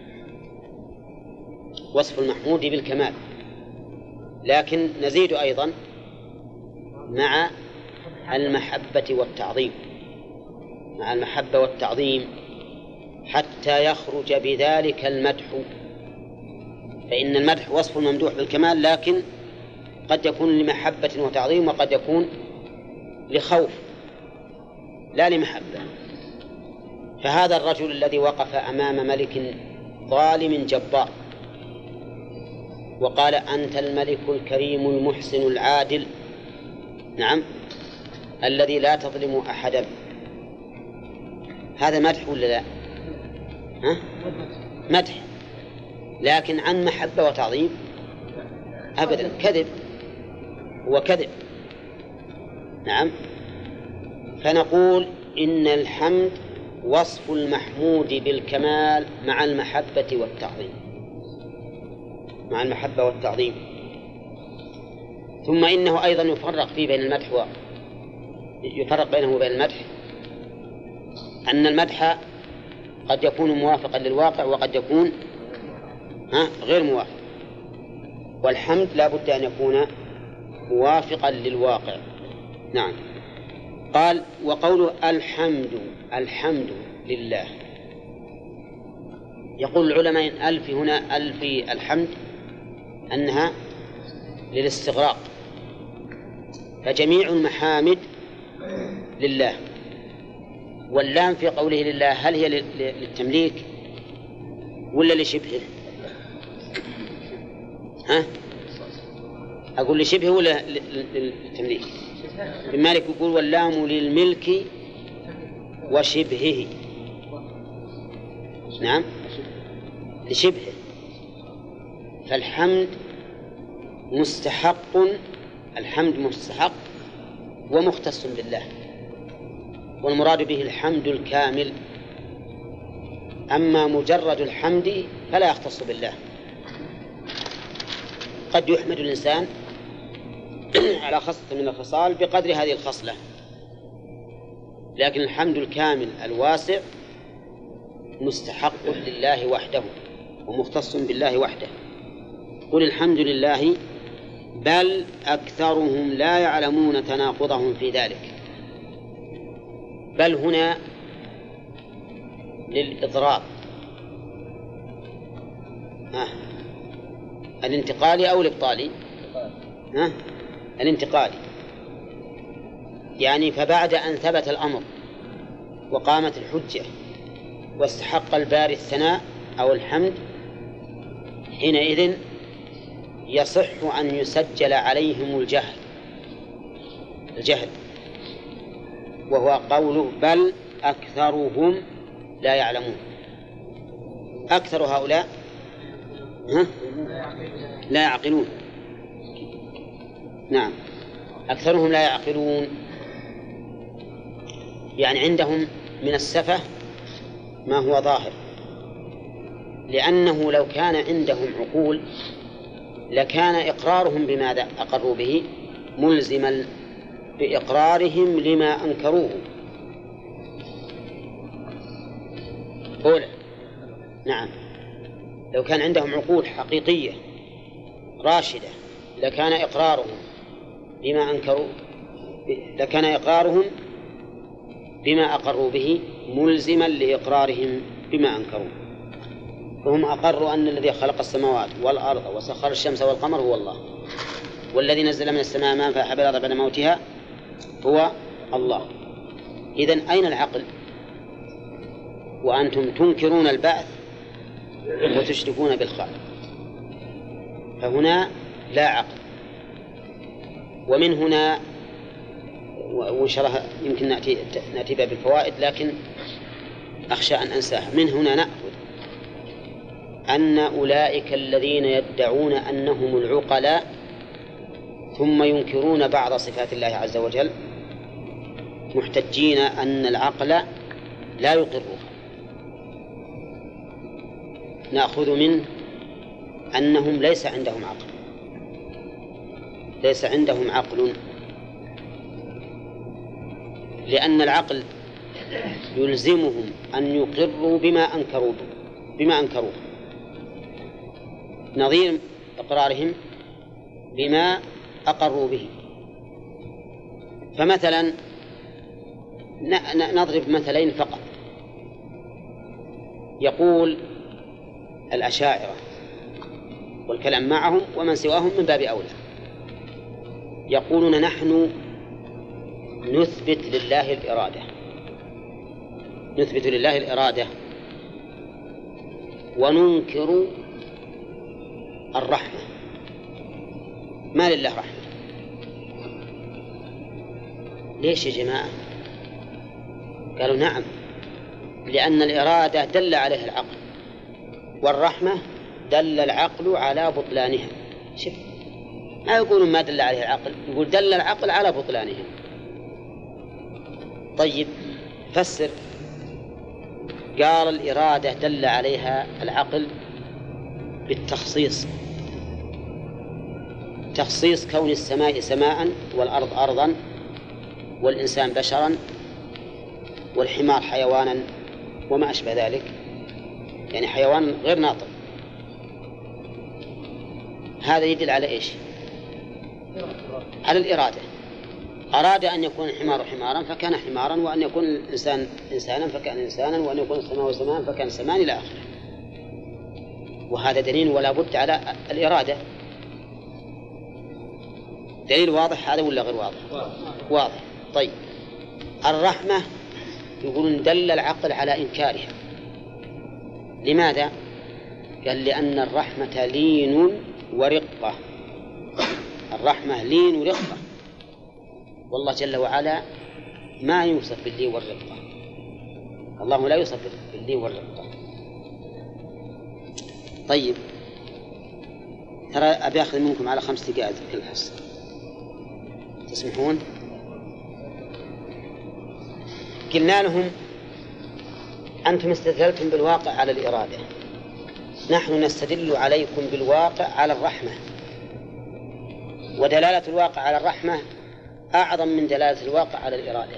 وصف المحمود بالكمال، لكن نزيد أيضا مع المحبة والتعظيم، مع المحبة والتعظيم حتى يخرج بذلك المدح. فإن المدح وصف الممدوح بالكمال، لكن قد يكون لمحبة وتعظيم، وقد يكون لخوف لا لمحبة. فهذا الرجل الذي وقف أمام ملك ظالم جبار وقال أنت الملك الكريم المحسن العادل، نعم، الذي لا تظلم أحدا، هذا مدح ولا لا؟ مدح، لكن عن محبة وتعظيم أبدا، كذب، هو كذب. نعم. فنقول إن الحمد وصف المحمود بالكمال مع المحبة والتعظيم، مع المحبة والتعظيم. ثم إنه أيضا يفرق فيه بين المدح يفرق بينه وبين المدح، أن المدح قد يكون موافقا للواقع وقد يكون غير موافق، والحمد لا بد أن يكون موافقا للواقع. نعم. قال وقوله الحمد لله، يقول العلماء إن ألف هنا ألف الحمد أنها للاستغراق، فجميع المحامد لله، واللام في قوله لله هل هي للتمليك ولا لشبهه؟ أقول لشبهه ولا للتمليك؟ ابن مالك يقول واللام للملك وشبهه، نعم، لشبهه. فالحمد مستحق، الحمد مستحق ومختص بالله، والمراد به الحمد الكامل. أما مجرد الحمد فلا يختص بالله، قد يحمد الإنسان على خصلة من الخصال بقدر هذه الخصلة، لكن الحمد الكامل الواسع مستحق لله وحده ومختص بالله وحده. قل الحمد لله بل أكثرهم لا يعلمون تناقضهم في ذلك. بل هنا للإضراب الانتقالي أو الإبطالي؟ الانتقالي، يعني فبعد أن ثبت الأمر وقامت الحجة واستحق الباري الثناء أو الحمد، حينئذ يصح أن يسجل عليهم الجهل، وهو قوله بل أكثرهم لا يعلمون. أكثر هؤلاء لا يعقلون. نعم، أكثرهم لا يعقلون، يعني عندهم من السفة ما هو ظاهر، لأنه لو كان عندهم عقول لكان إقرارهم بماذا أقروا به ملزما بإقرارهم لما أنكروه. أولا نعم، لو كان عندهم عقول حقيقية راشدة لكان إقرارهم بما أنكروا، لكان إقرارهم بما أقروا به ملزما لإقرارهم بما أنكروا. فهم أقروا أن الذي خلق السماوات والأرض وسخر الشمس والقمر هو الله، والذي نزل من السماء ماء فأحيا الأرض بعد موتها هو الله. إذن أين العقل وأنتم تنكرون البعث وتشركون بالخالق؟ فهنا لا عقل. ومن هنا، وإن شاء الله يمكن نأتي بها بالفوائد لكن أخشى أن أنساها، من هنا نأخذ أن أولئك الذين يدعون أنهم العقلاء ثم ينكرون بعض صفات الله عز وجل محتجين أن العقل لا يقرها. نأخذ منه أنهم ليس عندهم عقل، ليس عندهم عقل، لأن العقل يلزمهم أن يقروا بما أنكروه نظير إقرارهم بما أقروا به. فمثلا نضرب مثلين فقط. يقول الأشاعرة والكلام معهم ومن سواهم من باب أولى، يقولون نحن نثبت لله الإرادة، نثبت لله الإرادة وننكر الرحمة. ما لله رحمة؟ ليش يا جماعة؟ قالوا نعم، لأن الإرادة دل عليها العقل، والرحمة دل العقل على بطلانها. شوف، ما يقولون ما دل عليها العقل، يقول دل العقل على بطلانها. طيب فسر. قال الإرادة دل عليها العقل بالتخصيص، تخصيص كون السماء سماء والأرض أرضا والإنسان بشرا والحمار حيوانا وما أشبه ذلك، يعني حيوان غير ناطق. هذا يدل على إيش؟ على الإرادة. أراد أن يكون الحمار حمارا فكان حمارا، وأن يكون الإنسان إنسانا فكان إنسانا، وأن يكون السماء سماء فكان سماء إلى آخره. وهذا دليل ولا بد على الإرادة. دليل واضح هذا ولا غير واضح؟ واضح. طيب الرحمة يقولون دل العقل على إنكارها. لماذا؟ قال لأن الرحمة لين ورقة. الرحمة لين ورقة، والله جل وعلا ما يوصف باللين والرقة. الله لا يوصف باللين والرقة. طيب ترى أبي أخذ منكم على 5 دقائق كل حصة، تسمحون؟ قلنا لهم أنتم استدللتم بالواقع على الإرادة، نحن نستدل عليكم بالواقع على الرحمة، ودلالة الواقع على الرحمة أعظم من دلالة الواقع على الإرادة.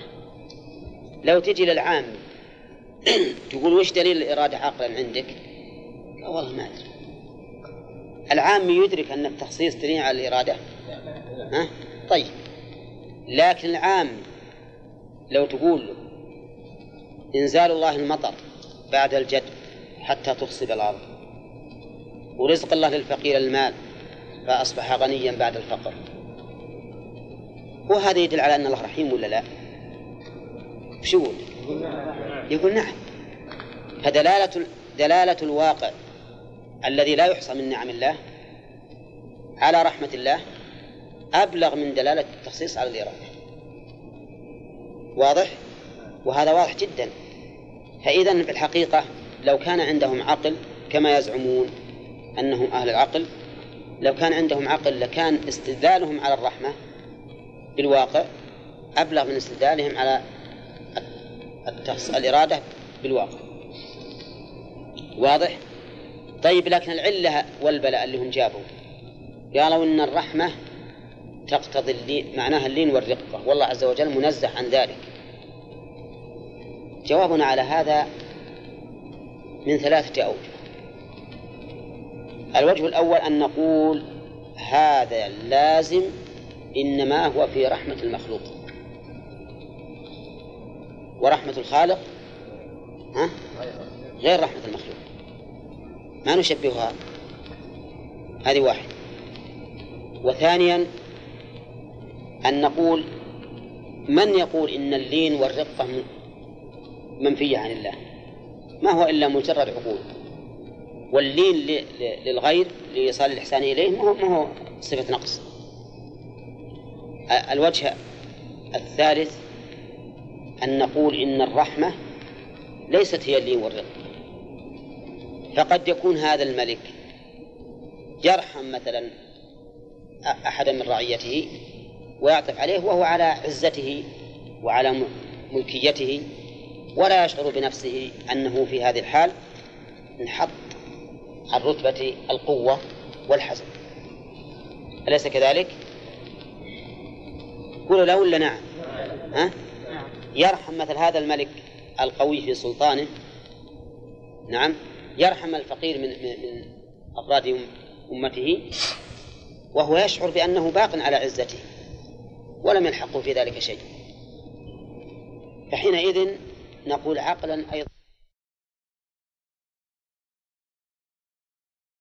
لو تجي للعام تقول وش دليل الإرادة عقلا عندك؟ لا والله ما أدري. العام يدرك أن التخصيص دليل على الإرادة. ها؟ طيب، لكن العام لو تقول له إنزال الله المطر بعد الجد حتى تخصب الأرض، ورزق الله للفقير المال فأصبح غنيا بعد الفقر، وهذا يدل على أن الله رحيم ولا لا؟ شو يقول؟ نعم. فدلالة الواقع الذي لا يحصى من نعم الله على رحمة الله أبلغ من دلالة التخصيص على الإرادة. واضح؟ وهذا واضح جدا. فإذا في الحقيقة لو كان عندهم عقل كما يزعمون أنهم أهل العقل، لو كان عندهم عقل لكان استدلالهم على الرحمة بالواقع أبلغ من استدلالهم على الإرادة بالواقع. واضح؟ طيب، لكن العلة والبلاء اللي هم جابوا قالوا إن الرحمة تقتضي اللين، معناها اللين والرقة، والله عز وجل منزه عن ذلك. جوابنا على هذا من 3 أوجه. الوجه الأول أن نقول هذا لازم إنما هو في رحمة المخلوق، ورحمة الخالق غير رحمة المخلوق، ما نشبهها. هذه واحد. وثانيا أن نقول من يقول إن اللين والرقة منفية عن الله؟ ما هو إلا مجرد عقول، واللين للغير لإيصال الإحسان إليه ما هو صفة نقص. الوجه الثالث أن نقول إن الرحمة ليست هي اللين والرقة، فقد يكون هذا الملك يرحم مثلا أحدا من رعيته ويعطف عليه وهو على عزته وعلى ملكيته، ولا يشعر بنفسه أنه في هذه الحال انحط عن رتبة القوة والحزم. أليس كذلك؟ قولوا لا ولا نعم؟ ها؟ يرحم مثل هذا الملك القوي في سلطانه، نعم، يرحم الفقير من أفراد أمته وهو يشعر بأنه باق على عزته ولم يلحقه في ذلك شيء. فحينئذ نقول عقلا أيضا